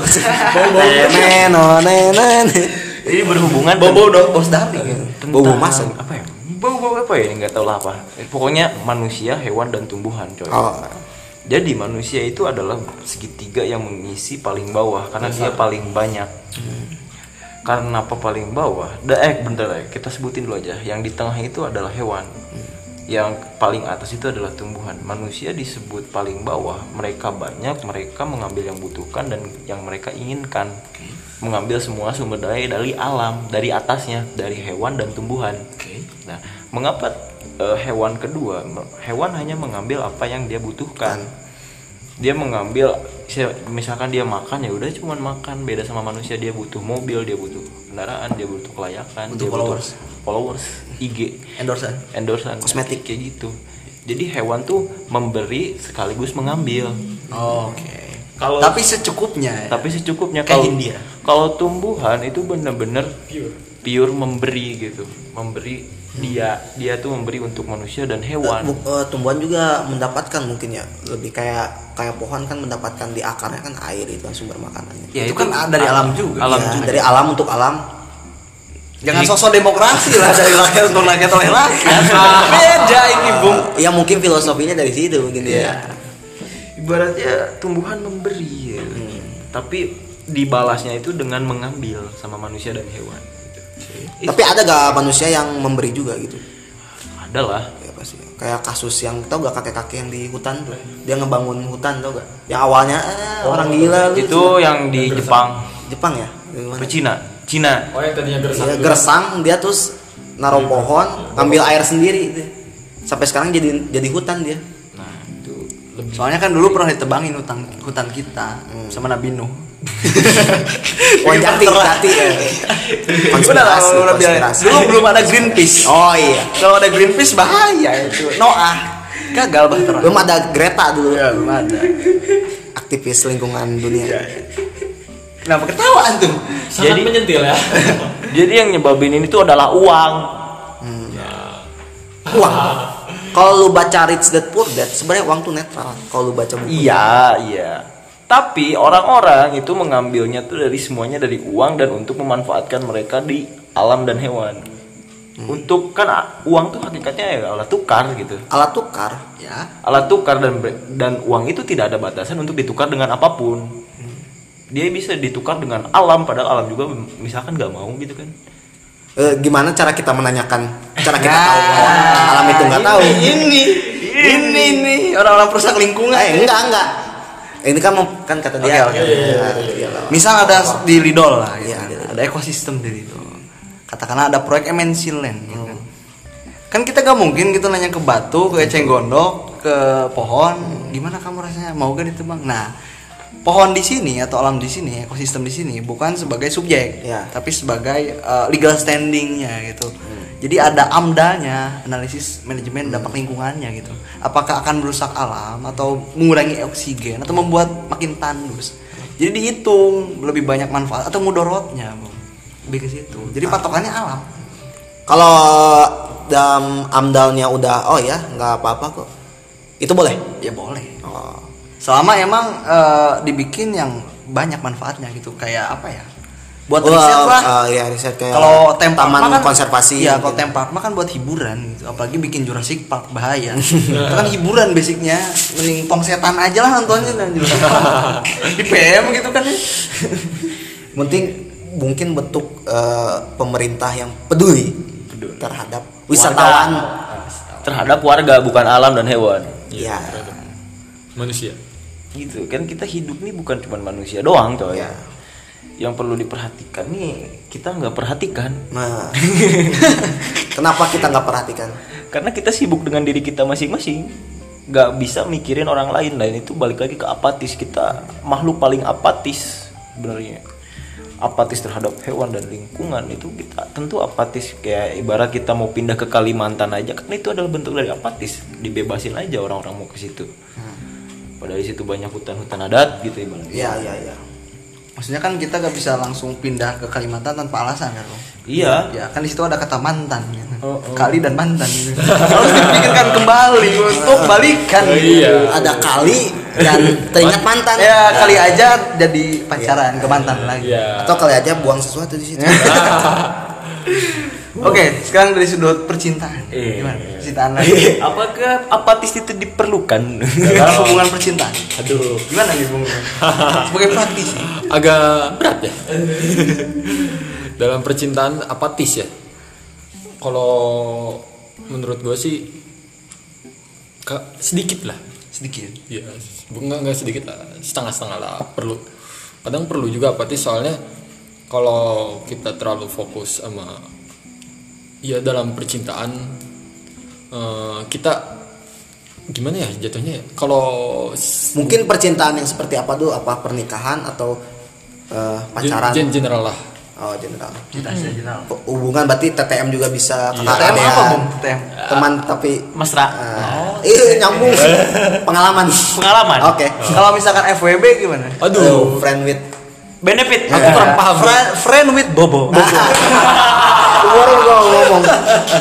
Neno nenen. Ini berhubungan Bobo dong, bos dari. tentang Bobo masuk. apa ya? Bobo apa ya? Nggak tahu lah apa. Pokoknya manusia, hewan dan tumbuhan, coy. Oh. Jadi manusia itu adalah segitiga yang mengisi paling bawah karena dia paling banyak. Karena apa paling bawah? Da, eh bentar ya, kita sebutin dulu aja. Yang di tengah itu adalah hewan. Yang paling atas itu adalah tumbuhan. Manusia disebut paling bawah. Mereka banyak, mereka mengambil yang butuhkan dan yang mereka inginkan. Mengambil semua sumber daya dari alam, dari atasnya, dari hewan dan tumbuhan. Nah, mengapa eh, hewan kedua? Hewan hanya mengambil apa yang dia butuhkan. Dia mengambil, misalkan dia makan ya udah cuman makan. Beda sama manusia, dia butuh mobil, dia butuh kendaraan, dia butuh kelayakan, Butuh dia followers. butuh followers, I G, Endorsean. endorsean, Kosmetik. kayak gitu. Jadi hewan tuh memberi sekaligus mengambil. Oke. Kalau Tapi secukupnya. Ya. tapi secukupnya. Kayak Kalau India. kalau tumbuhan itu benar-benar Pure. pure memberi gitu, memberi. Dia dia tuh memberi untuk manusia dan hewan. Bu- eh, tumbuhan juga mendapatkan mungkin ya lebih kayak kayak pohon kan mendapatkan di akarnya kan air itu kan sumber makanannya. Ya, itu kan dari alam juga. Alam Ya, juga. dari alam untuk alam. Jangan sosok demokrasi lah dari rakyat untuk rakyat oleh rakyat. Beda ini, Bung. Ya mungkin filosofinya dari situ mungkin Iya. ya. Ibaratnya tumbuhan memberi ya. Tapi dibalasnya itu dengan mengambil sama manusia dan hewan gitu. Tapi ada gak manusia yang memberi juga gitu? Ada lah. Ya pasti. Kayak kasus yang tau gak kakek-kakek yang di hutan tuh, dia ngebangun hutan tau gak? Yang awalnya eh, orang gila lu. Itu yang di Jepang, Jepang ya? Di mana? ke Cina. Cina. Oh yang tadinya gersang. Iya, gersang dia terus naruh pohon, ngambil air sendiri itu. Sampai sekarang jadi jadi hutan dia. Nah, itu Soalnya kan dulu pernah ditebangin hutan hutan kita sama Nabi Nuh. Oh jati jati ya. Udah lah, Konspirasi, udah biarin. konspirasi. Dulu belum ada Greenpeace. Oh iya. Kalau ada Greenpeace bahaya itu. Noah gagal bahtera. Belum ada Greta dulu. Ya, belum ada. Aktivis lingkungan dunia. Kenapa ketawa antum? Sangat Jadi- menyentil ya. jadi yang nyebabin ini tuh adalah uang. Uang. Kalau lu baca Rich Dad Poor Dad, sebenarnya uang tuh netral. Kalau lu baca buku. Iya, iya. Tapi orang-orang itu mengambilnya tuh dari semuanya dari uang dan untuk memanfaatkan mereka di alam dan hewan. Untuk kan a- uang tuh hakikatnya ya alat tukar gitu. Alat tukar. Ya. Alat tukar dan dan uang itu tidak ada batasan untuk ditukar dengan apapun. Dia bisa ditukar dengan alam, padahal alam juga misalkan nggak mau gitu kan. Eh, gimana cara kita menanyakan? Cara kita Nah, tahu bahwa alam itu nggak tahu. Ini, ini, ini orang-orang perusak lingkungan. Eh enggak enggak. Ini kan mem- kan kata dia. Oke, oke, Iya, oke, iya, iya. Misal ada di Ridol lah, gitu. Iya, iya. Ada ekosistem di Ridol. Katakanlah ada proyek M N C Land, gitu. Kan kita gak mungkin gitu nanya ke batu, ke eceng gondok, ke pohon, gimana kamu rasanya mau gak ditebang? Nah, pohon di sini atau alam di sini, ekosistem di sini bukan sebagai subjek, Ya. tapi sebagai uh, legal standingnya gitu. Jadi ada amdalnya, analisis manajemen dampak lingkungannya gitu. Apakah akan merusak alam atau mengurangi oksigen atau membuat makin tandus. Jadi dihitung lebih banyak manfaat atau mudorotnya, Bang. Lebih ke situ. Jadi patokannya alam. Kalau dalam amdalnya udah oh ya nggak apa-apa kok. Itu boleh. Ya boleh. Oh. Selama emang eh, dibikin yang banyak manfaatnya gitu, kayak apa ya? Buat Wah, riset lah. uh, ya riset kayak Kalau tem park taman mah kan konservasi. Iya, kalau gitu. tem park mah kan buat hiburan gitu. Apalagi bikin Jurassic Park bahaya. Itu kan hiburan basicnya. Mending tong setan aja lah nontonnya dan Jurassic Park. Di P M gitu kan ya. Mungkin mungkin bentuk eh, pemerintah yang peduli terhadap wisatawan. Terhadap warga bukan alam dan hewan. Iya. Manusia. Gitu kan, kita hidup nih bukan cuma manusia doang coy. Iya. Yang perlu diperhatikan nih kita nggak perhatikan. Nah. Kenapa kita nggak perhatikan? Karena kita sibuk dengan diri kita masing-masing, nggak bisa mikirin orang lain. Dan itu balik lagi ke apatis. Kita makhluk paling apatis sebenarnya, apatis terhadap hewan dan lingkungan. Itu kita tentu apatis. Kayak ibarat kita mau pindah ke Kalimantan aja, kan itu adalah bentuk dari apatis. Dibebasin aja orang-orang mau ke situ. Padahal di situ banyak hutan-hutan adat gitu ibaratnya. Iya iya iya. Maksudnya kan kita gak bisa langsung pindah ke Kalimantan tanpa alasan kan, Bang? Iya. Ya kan di situ ada kata mantan gitu. Oh, oh. Kali dan mantan gitu. Harus dipikirkan kembali untuk balikan. Oh, iya. Ada kali dan teringat mantan. Ya kali aja jadi pacaran ke mantan lagi. Iya. Atau kali aja buang sesuatu di situ. Oke, sekarang dari sudut percintaan. Iya. Gimana? Percintaan lagi. Apakah apatis itu diperlukan? Dalam hubungan percintaan. Aduh. Gimana nih, Bung? Sebagai praktisi. Agak berat ya. Dalam percintaan apatis ya. Kalau menurut gue sih ke- sedikit lah. Sedikit. Ya, enggak enggak sedikit lah, setengah-setengah lah perlu. Kadang perlu juga apatis soalnya kalau kita terlalu fokus sama ya dalam percintaan eh, kita gimana ya jatuhnya ya? Kalau s- Mungkin percintaan yang seperti apa dulu? Apa pernikahan atau eh, pacaran? gen- general lah. Oh general. Cinta general. Hubungan berarti T T M juga bisa. Iya. kakak T M apa, adean, Bung? T M. Teman tapi Mesra. eh, Ih nyambung sih. Pengalaman. Pengalaman. Oke. Kalau misalkan F W B gimana? Aduh, Oh, friend with. Benefit. aku kurang paham. Friend, friend with Bobo. Bobo. Baru gua ngomong.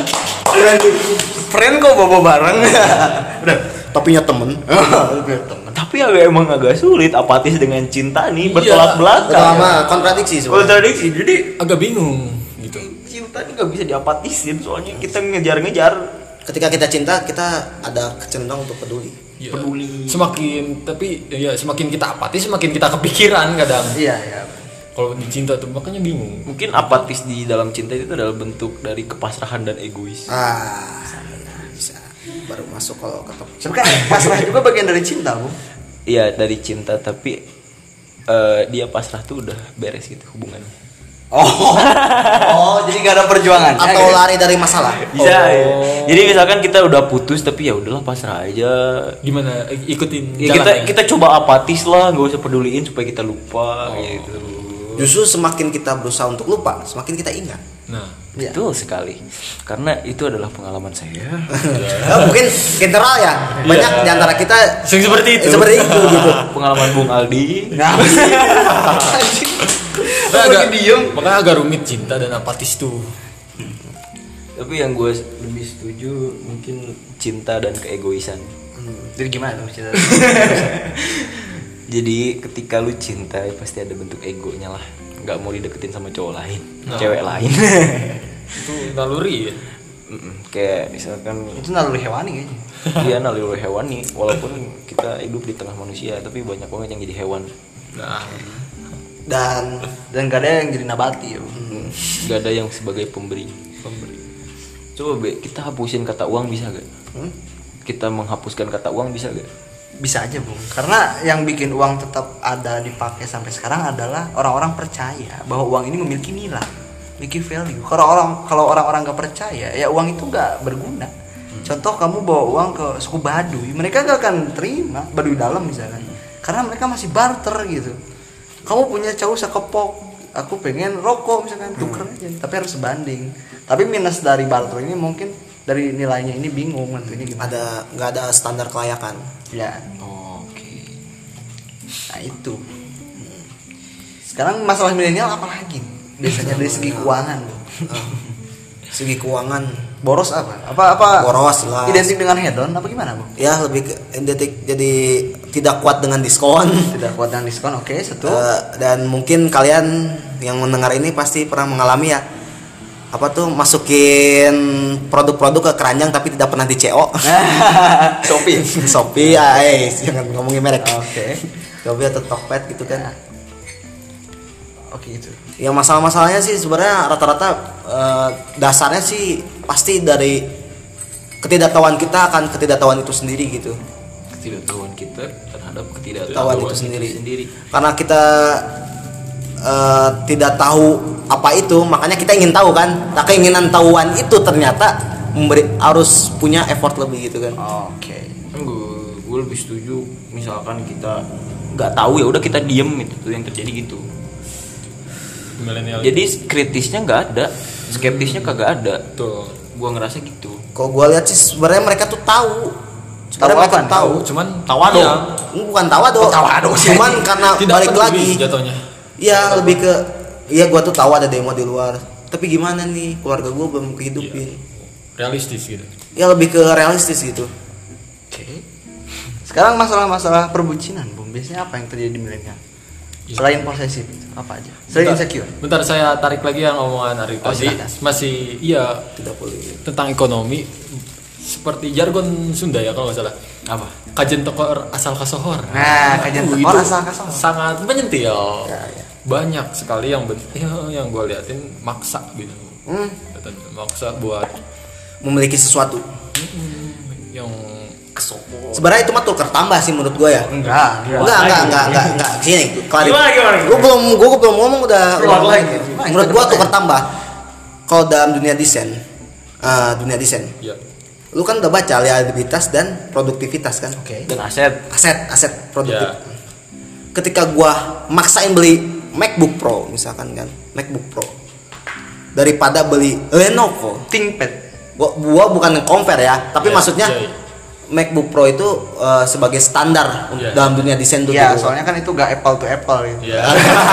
Friend with. Friend kok Bobo bareng. Udah. Tapinya temen. Udah temen. tapi agak emang agak sulit apatis dengan cinta nih, Iya. bertolak belakang. Pertama kontradiksi sebenarnya. Kontradiksi. Jadi Agak bingung gitu. cinta ini nggak bisa diapatisin soalnya kita ngejar-ngejar. Ketika kita cinta, kita ada kecenderungan untuk peduli. Ya, Peduli. semakin tapi ya semakin kita apatis semakin kita kepikiran kadang. Iya, iya. Kalau dicinta tuh makanya bingung. Mungkin apatis di dalam cinta itu adalah bentuk dari kepasrahan dan egois. Ah, bisa. Baru masuk kalau ketemu. Tapi kan pasrah juga bagian dari cinta, Bu. Iya dari cinta tapi eh, dia pasrah tuh udah beres gitu hubungannya. Oh. Oh, jadi gak ada perjuangan. Atau lari dari masalah. Bisa. Oh. Ya. Jadi misalkan kita udah putus tapi ya udahlah pasrah aja. Gimana I- ikutin Ya, kita jalannya? kita coba apatis lah, nggak usah peduliin supaya kita lupa gitu. Justru semakin kita berusaha untuk lupa, semakin kita ingat. Nah, Iya. Betul sekali. Karena itu adalah pengalaman saya. Ya, mungkin general ya. Banyak Iya. di antara kita Sing seperti itu. Seperti itu gitu. Pengalaman Bung Aldi. Nah, Makanya agak diem. Makanya agak rumit cinta dan apatis tuh. Tapi yang gue lebih setuju mungkin cinta dan keegoisan. Hmm, jadi gimana tuh cerita? Jadi ketika lu cinta ya pasti ada bentuk egonya lah. Nggak mau dideketin sama cowok lain, cewek lain. Itu naluri ya. Mm-mm, kayak misalkan Itu naluri hewani kayaknya. dia naluri hewani, walaupun kita hidup di tengah manusia, tapi banyak banget yang jadi hewan. Nah, Dan Dan gak ada yang jadi nabati ya, Bu. Gak ada yang sebagai pemberi. Pemberi. Coba Be, kita hapusin kata uang bisa gak? Hmm? Kita menghapuskan kata uang bisa gak? Bisa aja, Bung. Karena yang bikin uang tetap ada dipakai sampai sekarang adalah orang-orang percaya bahwa uang ini memiliki nilai, memiliki value. Kalau orang kalau orang-orang nggak percaya, ya uang itu nggak berguna. Contoh kamu bawa uang ke suku Baduy, mereka gak akan terima, Baduy dalam misalkan. Karena mereka masih barter gitu. Kamu punya cowok sekepok, aku pengen rokok misalkan, tuker aja, tapi harus sebanding. Tapi minus dari barter ini mungkin dari nilainya ini bingung tentunya gimana. ada nggak ada standar kelayakan. Ya. Oke. Nah itu. Sekarang masalah milenial apa lagi? Biasanya dari segi keuangan. Segi keuangan Boros apa? Apa apa? boros lah. Identik dengan hedon apa gimana, Bu? Ya lebih ke identik jadi tidak kuat dengan diskon. Tidak kuat dengan diskon. Oke, satu. Eh, dan mungkin kalian yang mendengar ini pasti pernah mengalami ya apa tuh masukin produk-produk ke keranjang tapi tidak pernah di C O. Shopee. Shopee, ah, eh, jangan ngomongin merek. Oke. Shopee atau Tokped gitu kan. Oke itu. Yang masalah-masalahnya sih sebenarnya rata-rata eh, dasarnya sih pasti dari ketidaktahuan kita akan ketidaktahuan itu sendiri gitu. Ketidaktahuan kita terhadap Tahuan ketidaktahuan itu sendiri. sendiri. Karena kita eh, tidak tahu apa itu, makanya kita ingin tahu kan. Nah, keinginan tahuan itu ternyata memberi harus punya effort lebih gitu kan. Oke. Kan gue gue lebih setuju misalkan kita nggak tahu ya udah kita diem itu tuh yang terjadi gitu. milenial. Jadi kritisnya nggak ada, skeptisnya kagak ada. Tuh. Gua ngerasa gitu. Kalau gua lihat sih sebenarnya mereka tuh tahu. Sebenarnya Tahu mereka apa? tahu. Cuman Tawado. iya, Bukan tawado. Oh, tawado sih. Cuman karena tidak balik peduli lagi. jatuhnya. Iya, lebih ke iya gua tuh tahu ada demo di luar. Tapi gimana nih keluarga gua belum kehidupin. Realistis gitu. Ya lebih ke realistis gitu. Oke. Sekarang masalah-masalah perbucinan, Bung. Biasanya apa yang terjadi di milenial? Iya. Selain posesif, apa aja? Selain Bentar, insecure. Bentar saya tarik lagi yang omongan Arif Oh, tadi. silakan. Masih iya Tidak boleh. tentang ekonomi seperti jargon Sunda ya kalau nggak salah. Apa? Kajen tokor asal kasohor. Nah, kajian Aduh, tekor itu asal kasohor. sangat menyentil. Ya, ya. Banyak sekali yang ben- ya, yang gue liatin maksa gitu. Hmm. Maksa buat Memiliki sesuatu. mm, yang kesoko. Sebenarnya itu mah tuker tambah sih menurut gua ya. Enggak, Enggak, enggak, enggak, enggak, enggak. Sini, klarif. Gimana, gimana, gimana? Gua belum, gua belum ngomong udah. Keluar udah- lagi. Menurut gua tuker tambah. Kalau dalam dunia desain, eh, dunia desain, Ya. lu kan udah baca liabilitas dan produktivitas kan? Oke. Dan aset. Aset, aset produktif. Ya. Ketika gua maksain beli MacBook Pro misalkan kan, MacBook Pro daripada beli Lenovo, ThinkPad. gua, gua bukan compare ya, tapi Ya, maksudnya ya, ya. MacBook Pro itu uh, sebagai standar Yeah. dalam dunia desain tuh. Iya, gitu. soalnya kan itu gak apple to apple gitu. Iya.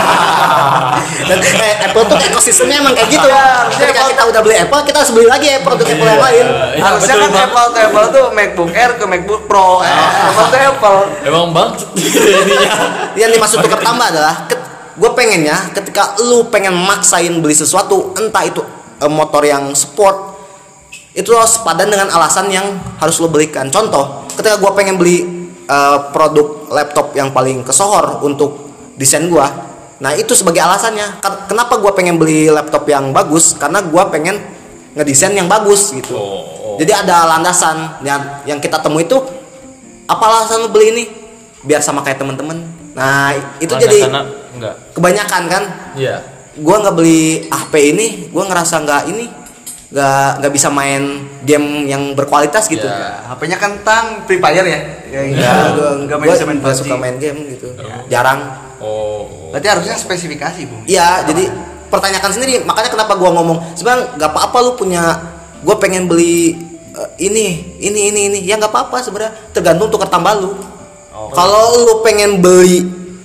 Dan eh, Apple tuh ekosistemnya emang kayak gitu. Iya, Ketika Apple- kita udah beli Apple, kita harus beli lagi produk Apple yang lain. Iya, Harusnya betul, kan Bang. apple to apple tuh MacBook Air ke MacBook Pro. Eh, apple to apple. Emang bang ininya. Yang dimaksud tukar tambah adalah gue pengennya ketika lu pengen maksain beli sesuatu, entah itu eh, motor yang sport, itu harus sepadan dengan alasan yang harus lo belikan. Contoh, ketika gue pengen beli eh, produk laptop yang paling kesohor untuk desain gue, nah itu sebagai alasannya. Ken- Kenapa gue pengen beli laptop yang bagus? Karena gue pengen ngedesain yang bagus gitu. Oh, oh. Jadi ada landasan yang yang kita temui itu, apa alasan lo beli ini? Biar sama kayak temen-temen. Nah itu jadi Sana enggak. kebanyakan kan. Iya. Gue nggak beli H P ini, gue ngerasa nggak ini, nggak nggak bisa main game yang berkualitas gitu. Ya. H P-nya kan tang Free Fire ya. Ya, Ya, gue nggak nggak bisa main P U B G. suka main game gitu, jarang. Oh. Berarti harusnya spesifikasi, Bung. Iya, jadi pertanyakan sendiri. Makanya kenapa gue ngomong, sebenarnya nggak apa-apa lu punya, gue pengen beli eh, ini, ini, ini, ini, ya nggak apa-apa sebenarnya. Tergantung tukar tambah lu. Kalau lu pengen beli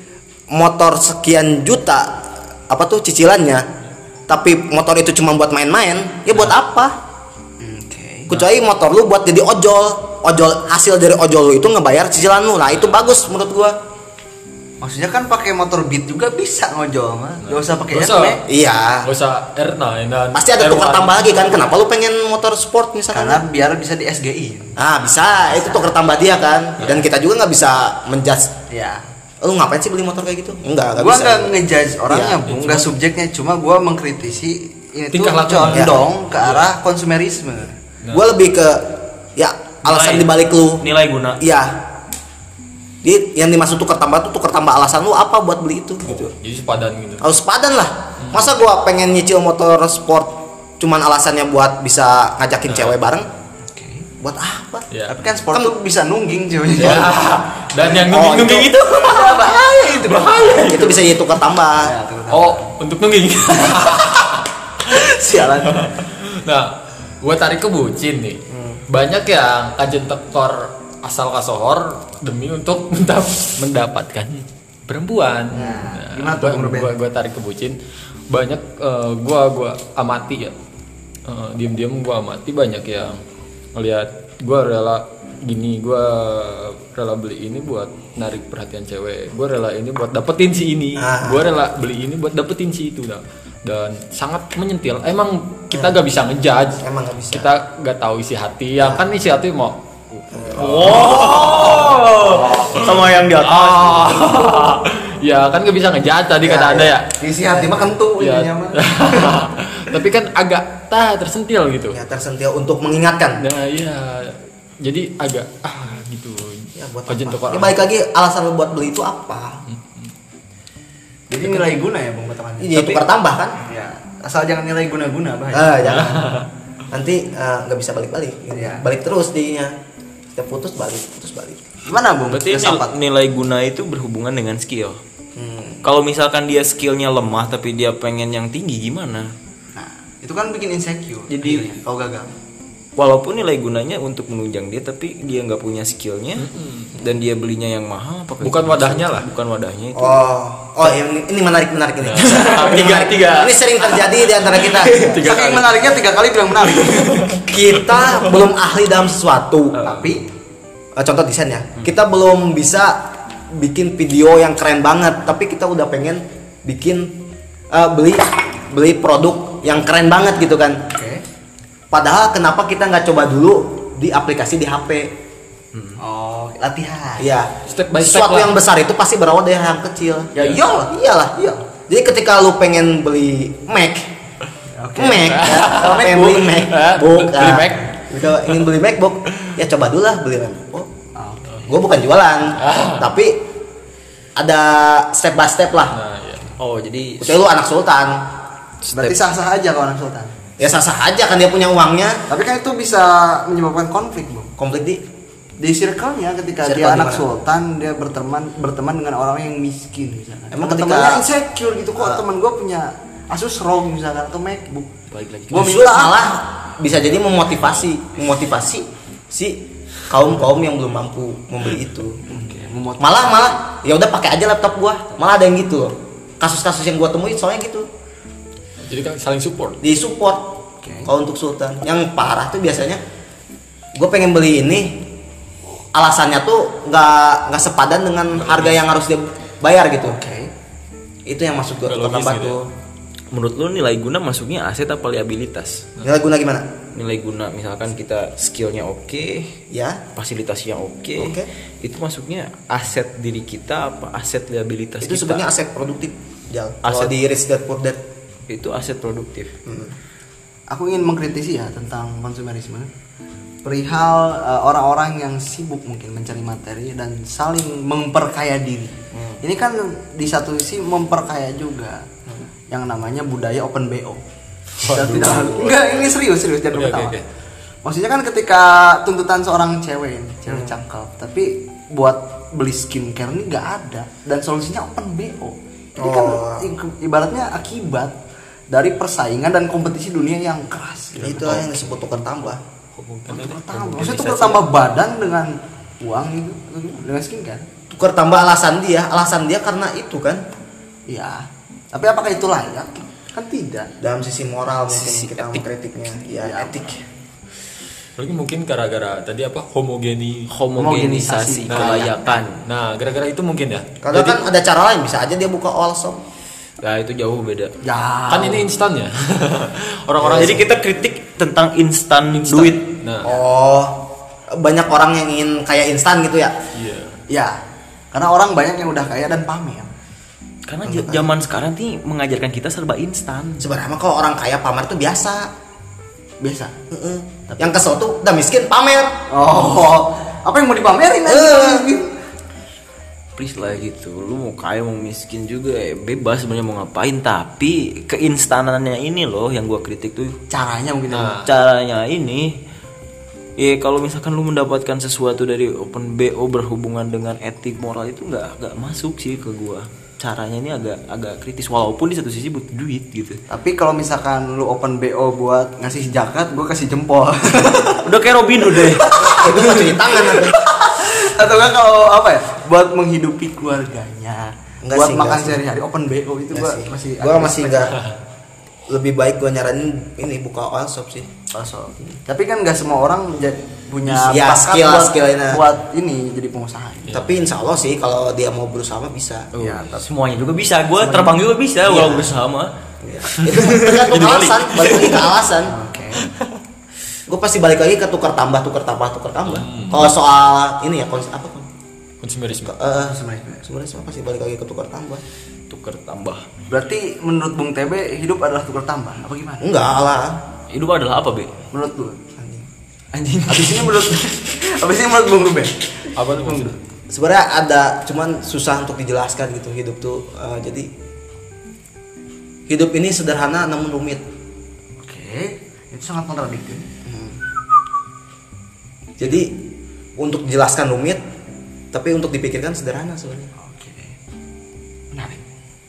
motor sekian juta, apa tuh cicilannya, tapi motor itu cuma buat main-main, ya buat apa? Oke. Kecuali motor lu buat jadi ojol, ojol hasil dari ojol lu itu ngebayar cicilan lu. Nah itu bagus menurut gua. Maksudnya kan pakai motor Beat juga bisa ngojol mah. Gak usah pakai Gak usah. N M A. Iya. Gak usah R sembilan dan Pasti ada R tukar satu. tambah lagi kan. Kenapa lu pengen motor sport misalkan? Karena biar bisa di S G I. Ah bisa, itu tukar tambah dia kan. Dan kita juga nggak bisa menjudge. Ya. Lu ngapain sih beli motor kayak gitu? Enggak, nggak Gua bisa. nggak ngejudge orangnya, Iya, Bung, nggak subjeknya. Cuma gua mengkritisi ini tuh Tingkah lakunya. condong ke arah konsumerisme. Gua lebih ke ya alasan Nilai. dibalik lu. Nilai guna. Iya. Di yang dimaksud tukar tambah tuh tukar tambah alasan lu apa buat beli itu gitu. Jadi sepadan gitu. Harus padan lah. Masa gua pengen nyicil motor sport cuman alasannya buat bisa ngajakin cewek bareng? Oke. Buat apa? Ya. Tapi kan sport Kan- tuh bisa nungging cuy. Ya. Dan yang Oh, nungging-nungging itu- itu. Ya, bahaya itu bahaya. Itu bisa jadi tukar tambah. Ya, tukar tambah. Oh, untuk nungging. Sialan. Nah, gua tarik ke bucin nih. Banyak yang kajen tekor asal kasohor demi untuk mendap- mendapatkan perempuan. Nah, gimana tuh, gua, Bung Ruben? gua, gua tarik ke bucin. Banyak eh, gua gua amati ya. Eh, diam-diam gua amati banyak yang ngelihat gua rela gini, gua rela beli ini buat narik perhatian cewek. Gua rela ini buat dapetin si ini. Ah. Gua rela beli ini buat dapetin si itu dah. Dan sangat menyentil. Emang kita gak bisa ngejudge. Emang nggak bisa. Kita gak tahu isi hati. Ya kan isi hati mau. Sama yang di atas. Ah. Ya kan gak bisa ngejudge tadi kata Anda ya. Isi hati mah kentu Ya. ininya mah. Tapi kan agak tah tersentil gitu. Ya tersentil untuk mengingatkan. Nah, iya. Jadi agak ah gitu. Ya buat Kajen apa? tukar. Ya, balik lagi alasan lu buat beli itu apa? Jadi nilai guna ya, Bung, teman-teman. Iya tukar tambah kan? Ya, asal jangan nilai guna-guna bahaya. Ah, jangan. Nanti eh, nggak bisa balik-balik. gitu. Iya. Balik terus dinya. Setiap putus balik, putus balik. Gimana, Bung? Berarti Filsafat. nil- nilai guna itu berhubungan dengan skill. Hmm. Kalau misalkan dia skillnya lemah tapi dia pengen yang tinggi gimana? Nah, itu kan bikin insecure. Jadi- akhirnya, kalau gagal. Walaupun nilai gunanya untuk menunjang dia tapi dia nggak punya skillnya dan dia belinya yang mahal apakah Bukan itu wadahnya bisa? lah. Bukan wadahnya itu. Oh, oh ini, ini menarik menarik ini. Ini Tiga, menarik. tiga. Ini sering terjadi di antara kita. Tiga Saking kali. menariknya tiga kali bilang menarik. Kita belum ahli dalam sesuatu, Tapi Eh, contoh desain ya. Kita belum bisa bikin video yang keren banget, tapi kita udah pengen bikin eh, beli beli produk yang keren banget gitu kan. oke. Padahal kenapa kita nggak coba dulu di aplikasi di H P? Oh, latihan. Iya. Step by step Sesuatu lah. yang besar itu pasti berawal dari yang kecil. Ya iyalah. Iyalah, iya. Jadi ketika lu pengen beli Mac, Oke. Mac, ya, Oh, pengen MacBook. beli Eh, MacBook, beli ah, Mac. Kalau ingin beli MacBook, ya coba dulu lah beli MacBook. Ah, oke. Gue bukan jualan, Ah. tapi ada step by step lah. Nah, iya. Oh, jadi Kecuali lu anak sultan, Berarti sah-sah aja kalau anak sultan. ya sah-sah aja kan dia punya uangnya. Tapi kan itu bisa menyebabkan konflik, Bung. Komplit di Di circle-nya ketika Circle dia anak gimana? sultan, dia berteman berteman dengan orang yang miskin misalkan. Emang Emang ketika- temannya insecure gitu kok, Ah. teman gue punya Asus R O G misalkan atau MacBook. balik lagi. Gua justru minta. malah bisa jadi memotivasi, memotivasi si kaum kaum yang belum mampu membeli itu. Oke, memot- Malah malah ya udah pakai aja laptop gua. Malah ada yang gitu loh. Kasus-kasus yang gua temuin soalnya gitu. Jadi kan saling support. Di support. Oke. Kalau untuk Sultan, yang parah tuh biasanya gue pengen beli ini, alasannya tuh nggak nggak sepadan dengan harga yang harus dia bayar gitu. Oke. Itu yang maksud gue Nggak tukar logis tambah gitu tuh. Menurut lu nilai guna masuknya aset apa liabilitas? Nilai guna gimana? Nilai guna misalkan kita skillnya oke, Ya, fasilitasnya oke, Oke. itu masuknya aset diri kita apa aset liabilitas itu kita? sebutnya aset produktif. Jal. Kalau Aset. di Rich Dad Poor Dad. Itu aset produktif. Aku ingin mengkritisi ya tentang konsumerisme. Perihal eh, orang-orang yang sibuk mungkin mencari materi dan saling memperkaya diri. Ini kan di satu sisi memperkaya juga yang namanya budaya open B O. Dan tidak enggak, ini serius serius jangan Oke, ketawa. oke, oke. Maksudnya kan ketika tuntutan seorang cewek, ini, cewek cakep, tapi buat beli skincare ini nggak ada dan solusinya open B O. Ini kan Oh. i- ibaratnya akibat dari persaingan dan kompetisi dunia yang keras. Gitu. Itu yang disebut tukar tambah. Tambah. Maksudnya tuh tambah badan dengan uang gitu, atau gimana? Dengan skincare. Tukar tambah alasan dia, alasan dia karena itu kan. Iya. Tapi apakah itu layak? Kan tidak. Dalam sisi moral mungkin Sisi kita etik. mengkritiknya. Ya, Ya. etik. Lagi mungkin gara-gara tadi apa homogeni. Homogenisasi Nah, kelayakan. Nah, gara-gara itu mungkin ya. Kadang Jadi kan ada cara lain, bisa aja dia buka all shop. Nah, itu jauh beda. Ya. kan ini instan ya. Orang-orang Jadi kita kritik tentang instan instan. duit. Nah, Oh, banyak orang yang ingin kayak instan gitu ya. iya. Ya. Karena orang banyak yang udah kaya dan pamer. Karena j- zaman sekarang nih mengajarkan kita serba instan. Sebenarnya mah kalau orang kaya pamer itu biasa. Biasa. Heeh. Yang kesel tuh udah miskin pamer. Oh, apa yang mau dipamerin aja? Eh. Please lah gitu. Lu mau kaya mau miskin juga ya bebas sebenarnya mau ngapain, tapi keinstanannya ini loh yang gua kritik tuh. Caranya mungkin. Nah. Caranya ini ya kalau misalkan lu mendapatkan sesuatu dari open B O berhubungan dengan etik moral itu nggak nggak masuk sih ke gua. Caranya ini agak agak kritis walaupun di satu sisi butuh duit gitu. Tapi kalau misalkan lu open B O buat ngasih zakat, gue kasih jempol. Udah kayak Robin Hood deh. Itu mah cuci tangan aku. Atau kan kalau apa ya? Buat menghidupi keluarganya. Enggak buat sih, makan enggak sih. sehari-hari open B O itu Enggak gua sih. masih Gua masih enggak. Lebih baik gua nyaranin ini buka all shop sih. Pasal. Tapi kan nggak semua orang ja- punya Ya, bakat skill- buat, skillnya. buat ini jadi pengusaha. Tapi insya Allah sih kalau dia mau berusaha mah bisa. Ya, Semuanya juga bisa. Gua terbang juga bisa Iya. walau bersama. Ya. Itu tergantung alasan, balik lagi ke alasan. Oke. Gue pasti balik lagi ke tukar tambah, tukar tambah, tukar tambah. Kalau soal ini ya konsep apa kan? Konsumerisme. Eh, Sebenarnya. sebenarnya semua pasti balik lagi ke tukar tambah. Tuker tambah. Berarti menurut Bung T B hidup adalah tukar tambah apa gimana? Enggak lah. Hidup adalah apa, Be? Menurut lu? Anjing. Anjing. Habis ini menurut habis ini menurut Bung Ruben. Apa tuh maksudnya? Sebenarnya ada, cuman susah untuk dijelaskan gitu hidup tuh. Eh, jadi hidup ini sederhana namun rumit. Oke, itu sangat kontradiktif. Jadi untuk dijelaskan rumit, tapi untuk dipikirkan sederhana sebenarnya. Oke. Menarik.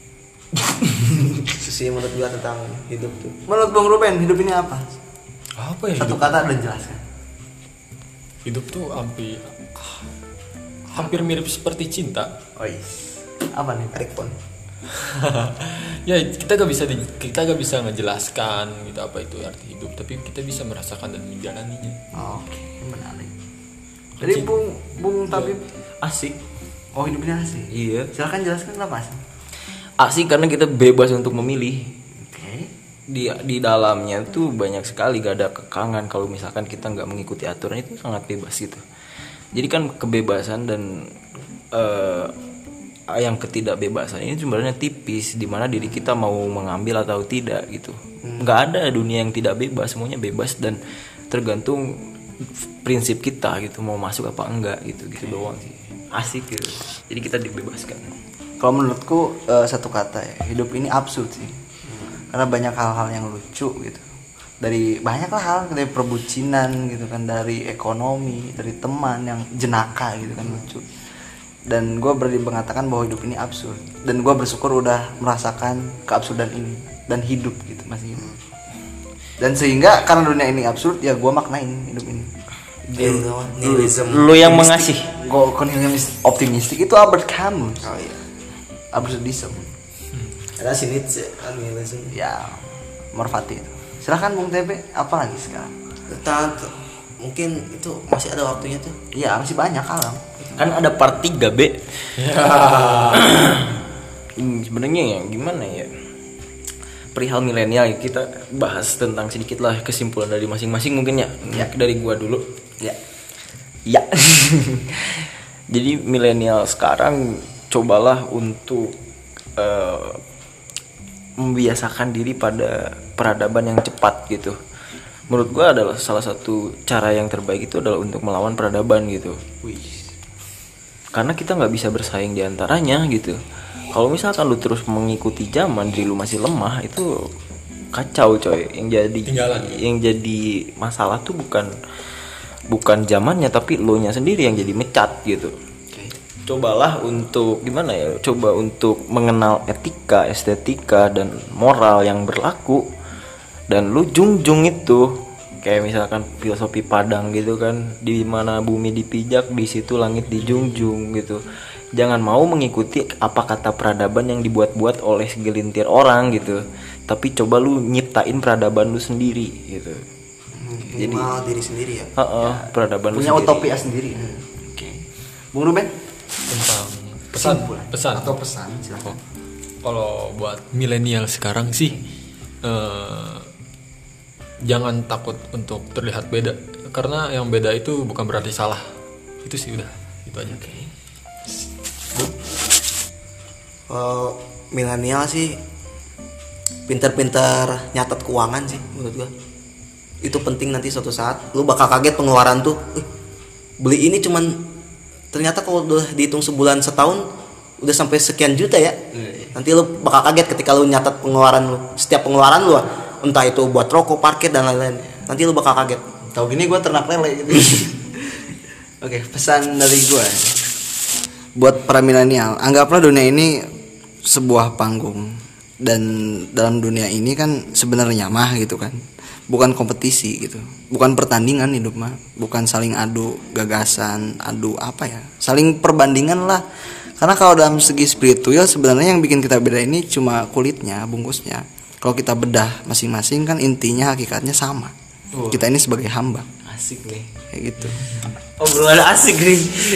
Itu sih menurut gua tentang hidup tuh. Menurut Bung Ruben hidup ini apa? Apa ya Satu hidup? kata dan jelaskan. Hidup tuh hampir hampir mirip seperti cinta. Oh iya. Apa nih? Tarik pon. Ya kita gak bisa di- kita gak bisa ngejelaskan gitu apa itu arti hidup, tapi kita bisa merasakan dan menjalaninya. Oke, menarik. Jadi Bung Bung Tabib, Asik. oh hidup ini asik. Iya. Silakan jelaskan kenapa asik. Asik karena kita bebas untuk memilih. Oke. Di di dalamnya tuh banyak sekali gak ada kekangan kalau misalkan kita nggak mengikuti aturan itu sangat bebas gitu. Jadi kan kebebasan dan eh, yang ketidakbebasan ini sebenarnya tipis di mana diri kita mau mengambil atau tidak gitu. Nggak ada dunia yang tidak bebas, semuanya bebas dan tergantung prinsip kita gitu mau masuk apa enggak gitu gitu doang sih. Asik gitu. Jadi kita dibebaskan. Kalau menurutku eh, satu kata ya, hidup ini absurd sih. Karena banyak hal-hal yang lucu gitu. Dari banyak lah hal, dari perbucinan gitu kan, dari ekonomi, dari teman yang jenaka gitu kan lucu. Dan gue berani mengatakan bahwa hidup ini absurd. Dan gue bersyukur udah merasakan keabsurdan ini dan hidup gitu masih hidup. Dan sehingga karena dunia ini absurd ya gue maknain hidup ini. nihilism Lu yang mengasih. Kok kok nihilism optimistik itu Albert Camus. oh iya Absurdism. ada si Nietzsche kan nihilism Ya, Morfati itu. Silahkan Bung T B, apa lagi sekarang? Tentang tuh, mungkin itu masih ada waktunya tuh. Iya, masih banyak alam. Kan ada part tiga B. Ini sebenarnya ya gimana ya? Perihal milenial kita bahas tentang sedikit lah kesimpulan dari masing-masing mungkin ya. Ya dari gua dulu. Ya. Ya. Jadi milenial sekarang cobalah untuk eh, membiasakan diri pada peradaban yang cepat gitu. Menurut gua adalah salah satu cara yang terbaik itu adalah untuk melawan peradaban gitu. Karena kita nggak bisa bersaing di antaranya gitu. Kalau misalkan lu terus mengikuti zaman, diri lu masih lemah, itu kacau coy. Yang jadi Tinggalan. yang jadi masalah tuh bukan bukan zamannya tapi lu nya sendiri yang jadi mecat gitu. Cobalah untuk gimana ya? Coba untuk mengenal etika, estetika dan moral yang berlaku dan lu junjung itu. Kayak misalkan filosofi Padang gitu kan, di mana bumi dipijak, di situ langit dijunjung gitu. Jangan mau mengikuti apa kata peradaban yang dibuat-buat oleh segelintir orang gitu. Tapi coba lu nyiptain peradaban lu sendiri gitu. Minimal diri sendiri ya. Heeh, peradaban Punya lu sendiri. utopia sendiri. Oke. Bung Ruben, Tentang pesan pesan atau pesan silakan. Kalau buat milenial sekarang sih eh, jangan takut untuk terlihat beda, karena yang beda itu bukan berarti salah. Itu sih udah itu aja. Kalau milenial sih pintar-pintar nyatet keuangan sih menurut gua. Itu penting nanti suatu saat lu bakal kaget pengeluaran tuh. Eh, beli ini cuman ternyata kalau udah dihitung sebulan setahun udah sampai sekian juta ya. Nanti lu bakal kaget ketika lu nyatet pengeluaran lu. Setiap pengeluaran lu entah itu buat rokok, parkir dan lain-lain. Nanti lu bakal kaget. Tahu gini gue ternak lele gitu. Oke, pesan dari gue buat para milenial, anggaplah dunia ini sebuah panggung, dan dalam dunia ini kan sebenarnya mah gitu kan, bukan kompetisi gitu, bukan pertandingan hidup mah, bukan saling adu gagasan, adu apa ya, saling perbandingan lah. Karena kalau dalam segi spiritual sebenarnya yang bikin kita beda ini cuma kulitnya, bungkusnya. Kalau kita bedah masing-masing kan intinya hakikatnya sama. Oh. Kita ini sebagai hamba. Asik nih. Kayak gitu. Obrolan asik nih.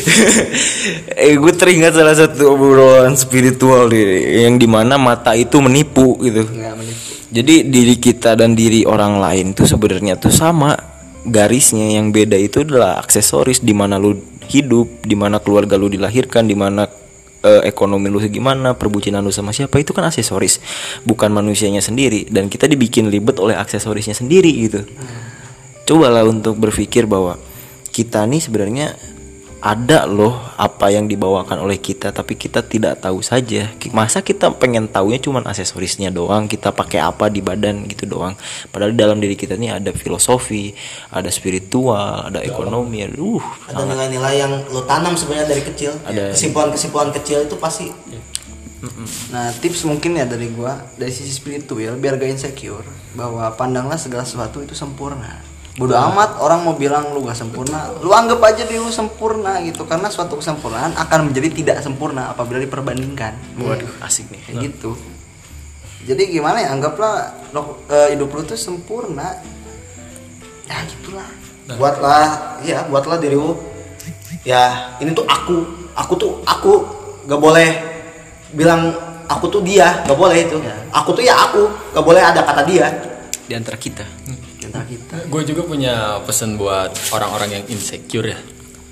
eh gue teringat salah satu obrolan spiritual nih, yang dimana mata itu menipu gitu. Enggak menipu. Jadi diri kita dan diri orang lain tuh sebenarnya tuh sama. Garisnya yang beda itu adalah aksesoris, di mana lu hidup, di mana keluarga lu dilahirkan, di mana eh, ekonomi lu segimana, perbucinan lu sama siapa, itu kan aksesoris, bukan manusianya sendiri. Dan kita dibikin ribet oleh aksesorisnya sendiri gitu. Cobalah untuk berpikir bahwa kita nih sebenarnya ada loh apa yang dibawakan oleh kita, tapi kita tidak tahu saja. Masa kita pengen taunya cuman aksesorisnya doang, kita pakai apa di badan gitu doang. Padahal di dalam diri kita nih ada filosofi, ada spiritual, ada ekonomi, aduh, Ada nilai-nilai yang lo tanam sebenarnya dari kecil. Ada. Kesimpulan-kesimpulan kecil itu pasti. Nah, tips mungkin ya dari gua, dari sisi spiritual biar gak insecure, bahwa pandanglah segala sesuatu itu sempurna. Bodo amat orang mau bilang lu gak sempurna, lu anggap aja diri lu sempurna gitu, karena suatu kesempurnaan akan menjadi tidak sempurna apabila diperbandingkan. waduh asik nih. Kayak gitu. Jadi gimana ya, anggaplah lo- eh, hidup lu tuh sempurna. Ya gitulah. Buatlah, ya buatlah diri lu. Ya ini tuh aku, aku tuh aku, gak boleh bilang aku tuh dia, gak boleh itu. Ya. Aku tuh ya aku, gak boleh ada kata dia. Di antara kita. Kita kita. Gue juga punya pesan buat orang-orang yang insecure ya.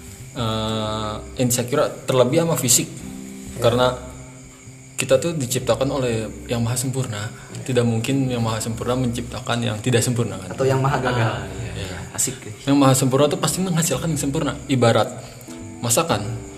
Eh, insecure terlebih sama fisik, karena kita tuh diciptakan oleh yang maha sempurna. Tidak mungkin yang maha sempurna menciptakan yang tidak sempurna kan. Atau yang maha gagal. Asik nih. Yang maha sempurna tuh pasti menghasilkan yang sempurna. Ibarat masakan,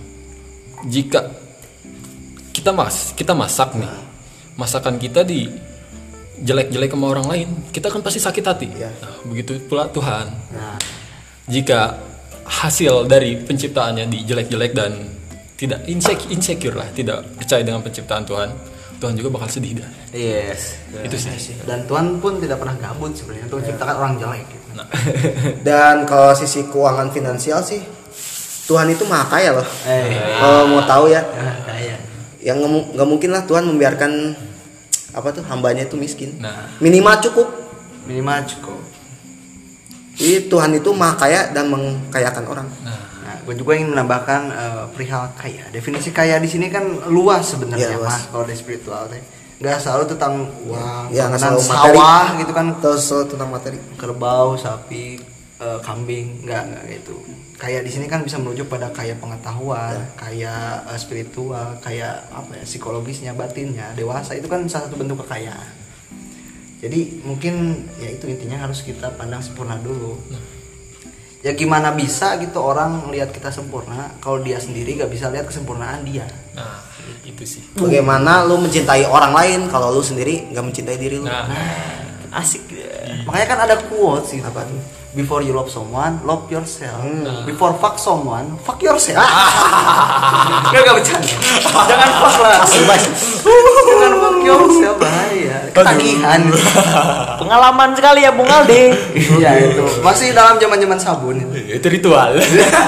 jika kita mas kita masak nih, masakan kita di jelek-jelek sama orang lain, kita kan pasti sakit hati. Ya. Nah, begitu pula Tuhan. Nah, Jika hasil dari penciptaannya di jelek-jelek dan tidak insecure, insecure lah, tidak percaya dengan penciptaan Tuhan, Tuhan juga bakal sedih dah. Yes. Itu sih. dan Tuhan pun tidak pernah gabut sebenarnya untuk menciptakan orang jelek gitu. Nah, Dan kalau sisi keuangan finansial sih Tuhan itu maha kaya loh. Eh, Kalau mau tahu ya, kayak yang nggak mu- nggak mungkin lah Tuhan membiarkan apa tuh hambanya itu miskin. nah, Minimal cukup. minimal cukup. Jadi Tuhan itu maha kaya dan mengkayakan orang. nah, Nah, gue juga ingin menambahkan eh, perihal kaya. Definisi kaya di sini kan luas sebenarnya, Iya, luas. Mas. Kalau di spiritual teh, nggak selalu tentang uang, Ya, nggak bangunan selalu materi. sawah gitu kan, Terus tentang materi. kerbau, sapi, eh, kambing, nggak nggak gitu. Kaya di sini kan bisa merujuk pada kaya pengetahuan, kaya eh, spiritual, kaya apa ya, psikologisnya, batinnya, dewasa itu kan salah satu bentuk kekayaan. Jadi mungkin ya itu intinya harus kita pandang sempurna dulu. Ya gimana bisa gitu orang lihat kita sempurna kalau dia sendiri gak bisa lihat kesempurnaan dia. nah, itu sih. Bagaimana lu mencintai orang lain kalau lu sendiri nggak mencintai diri lu? Nah, Asik. Makanya kan ada quotes gitu kan. Before you love someone, love yourself. Before fuck someone, fuck yourself. Gak gak bercanda. Jangan fuck lah. Jangan fuck yourself, bahaya. Ketagihan. Pengalaman sekali ya Bung Aldi. Iya itu. Masih dalam zaman-zaman sabun itu. itu ritual.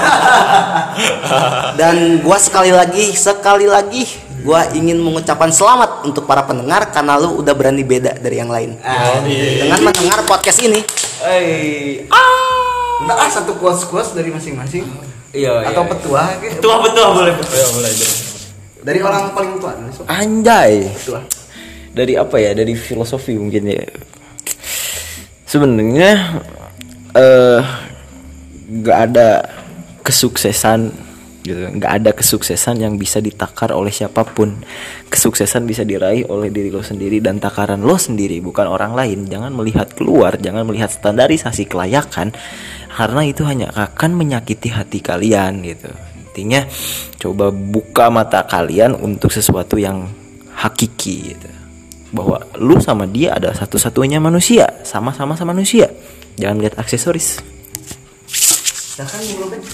Dan gua sekali lagi, sekali lagi gua ingin mengucapkan selamat untuk para pendengar karena lu udah berani beda dari yang lain. Dengan mendengar podcast ini. Eh, ah. Ntar ah satu quotes-quotes dari masing-masing. Iya. Atau petua gitu. Tua betul boleh. Ayo mulai dari. Dari orang paling tua dulu, so. Anjay. Petua. Dari apa ya? Dari filosofi mungkin ya. Sebenarnya eh nggak ada kesuksesan gitu, nggak ada kesuksesan yang bisa ditakar oleh siapapun. Kesuksesan bisa diraih oleh diri lo sendiri dan takaran lo sendiri, bukan orang lain. Jangan melihat keluar, jangan melihat standarisasi kelayakan, karena itu hanya akan menyakiti hati kalian gitu. Intinya coba buka mata kalian untuk sesuatu yang hakiki gitu. Bahwa lu sama dia adalah satu-satunya manusia, sama-sama sama manusia. Jangan lihat aksesoris. Silakan Bung Robin.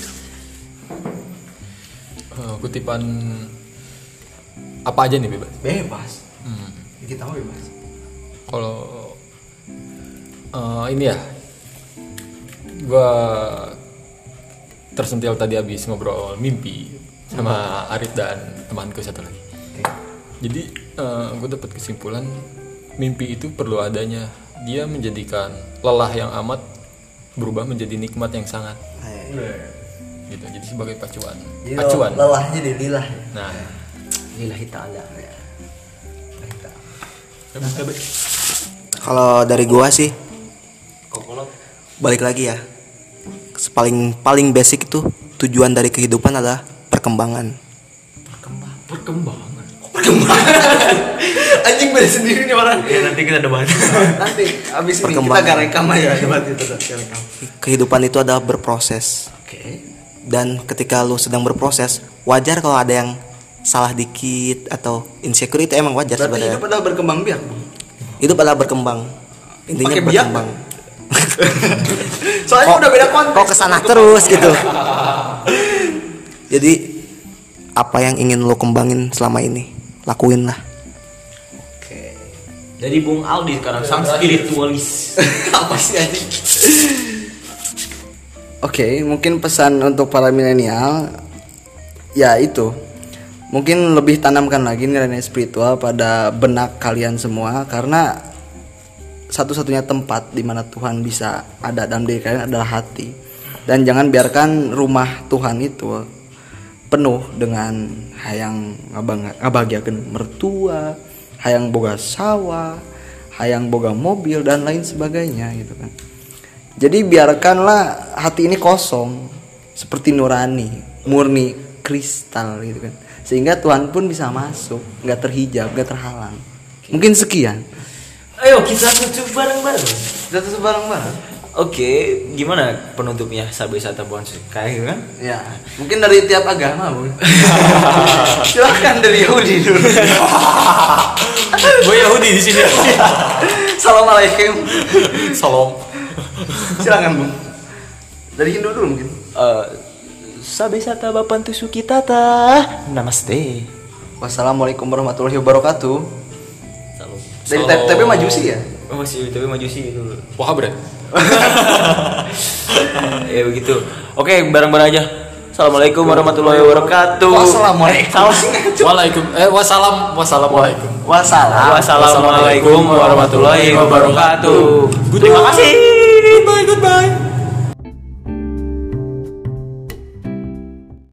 Eh, kutipan apa aja nih bebas? Bebas. Hmm. Kita mau bebas. Kalau eh, ini ya, gua tersentil tadi habis ngobrol mimpi sama Arif dan temanku satu lagi. Jadi eh, gue dapat kesimpulan mimpi itu perlu adanya. Dia menjadikan lelah yang amat berubah menjadi nikmat yang sangat. Gitu. Jadi sebagai pacuan. Jadi Pacuan. lelahnya di lilah. Nah, Lillahi ta'ala. Kalau dari gua sih balik lagi ya. Paling paling basic itu tujuan dari kehidupan adalah perkembangan. perkembangan. Anjing beda sendiri nih orang. Ya nanti kita debat. Nanti abis ini kita Perkembangan. gak rekam aja debat itu tuh, gak rekam. Kehidupan itu adalah berproses. Oke. Dan ketika lu sedang berproses, wajar kalau ada yang salah dikit atau insecure, itu emang wajar Berarti sebenarnya. hidup adalah berkembang biak, Bung. Hidup adalah berkembang. Intinya Pakai biak berkembang. Soalnya Kok- udah beda konteks. Kok kesana terus gitu. Jadi apa yang ingin lo kembangin selama ini, lakuin lah. Oke. Jadi Bung Aldi sekarang sang spiritualis. Apa sih anjing? Oke, mungkin pesan untuk para milenial ya itu. Mungkin lebih tanamkan lagi nilai spiritual pada benak kalian semua karena satu-satunya tempat di mana Tuhan bisa ada dalam diri kalian adalah hati. Dan jangan biarkan rumah Tuhan itu penuh dengan hayang ngabang- ngabahagiakeun mertua, hayang boga sawah, hayang boga mobil dan lain sebagainya gitu kan. Jadi biarkanlah hati ini kosong seperti nurani, murni, kristal gitu kan. Sehingga Tuhan pun bisa masuk, nggak terhijab, nggak terhalang. Mungkin sekian. Ayo kita tutup bareng-bareng. Kita tutup bareng-bareng. Oke, gimana penutupnya Sabe Sata Bonsu? Kayak kan? Ya, mungkin dari tiap agama, Bu. Silakan dari Yahudi dulu. Gue Yahudi di sini. Assalamualaikum. Salam. Silakan, Bu. Dari Hindu dulu mungkin. Eh, Sabe Sata Bapantu Sukitata. Namaste. Wassalamualaikum warahmatullahi wabarakatuh. Salam. Dari Salam. T P Majusi ya? Oh, masih tapi Majusi dulu. Wah, berat. Ya begitu. Oke, bareng-bareng aja. Assalamualaikum warahmatullahi wabarakatuh. Wassalamualaikum. Waalaikum eh wassalam wassalamualaikum. Wassalam. Wassalamualaikum warahmatullahi wabarakatuh. Terima kasih. Goodbye, goodbye.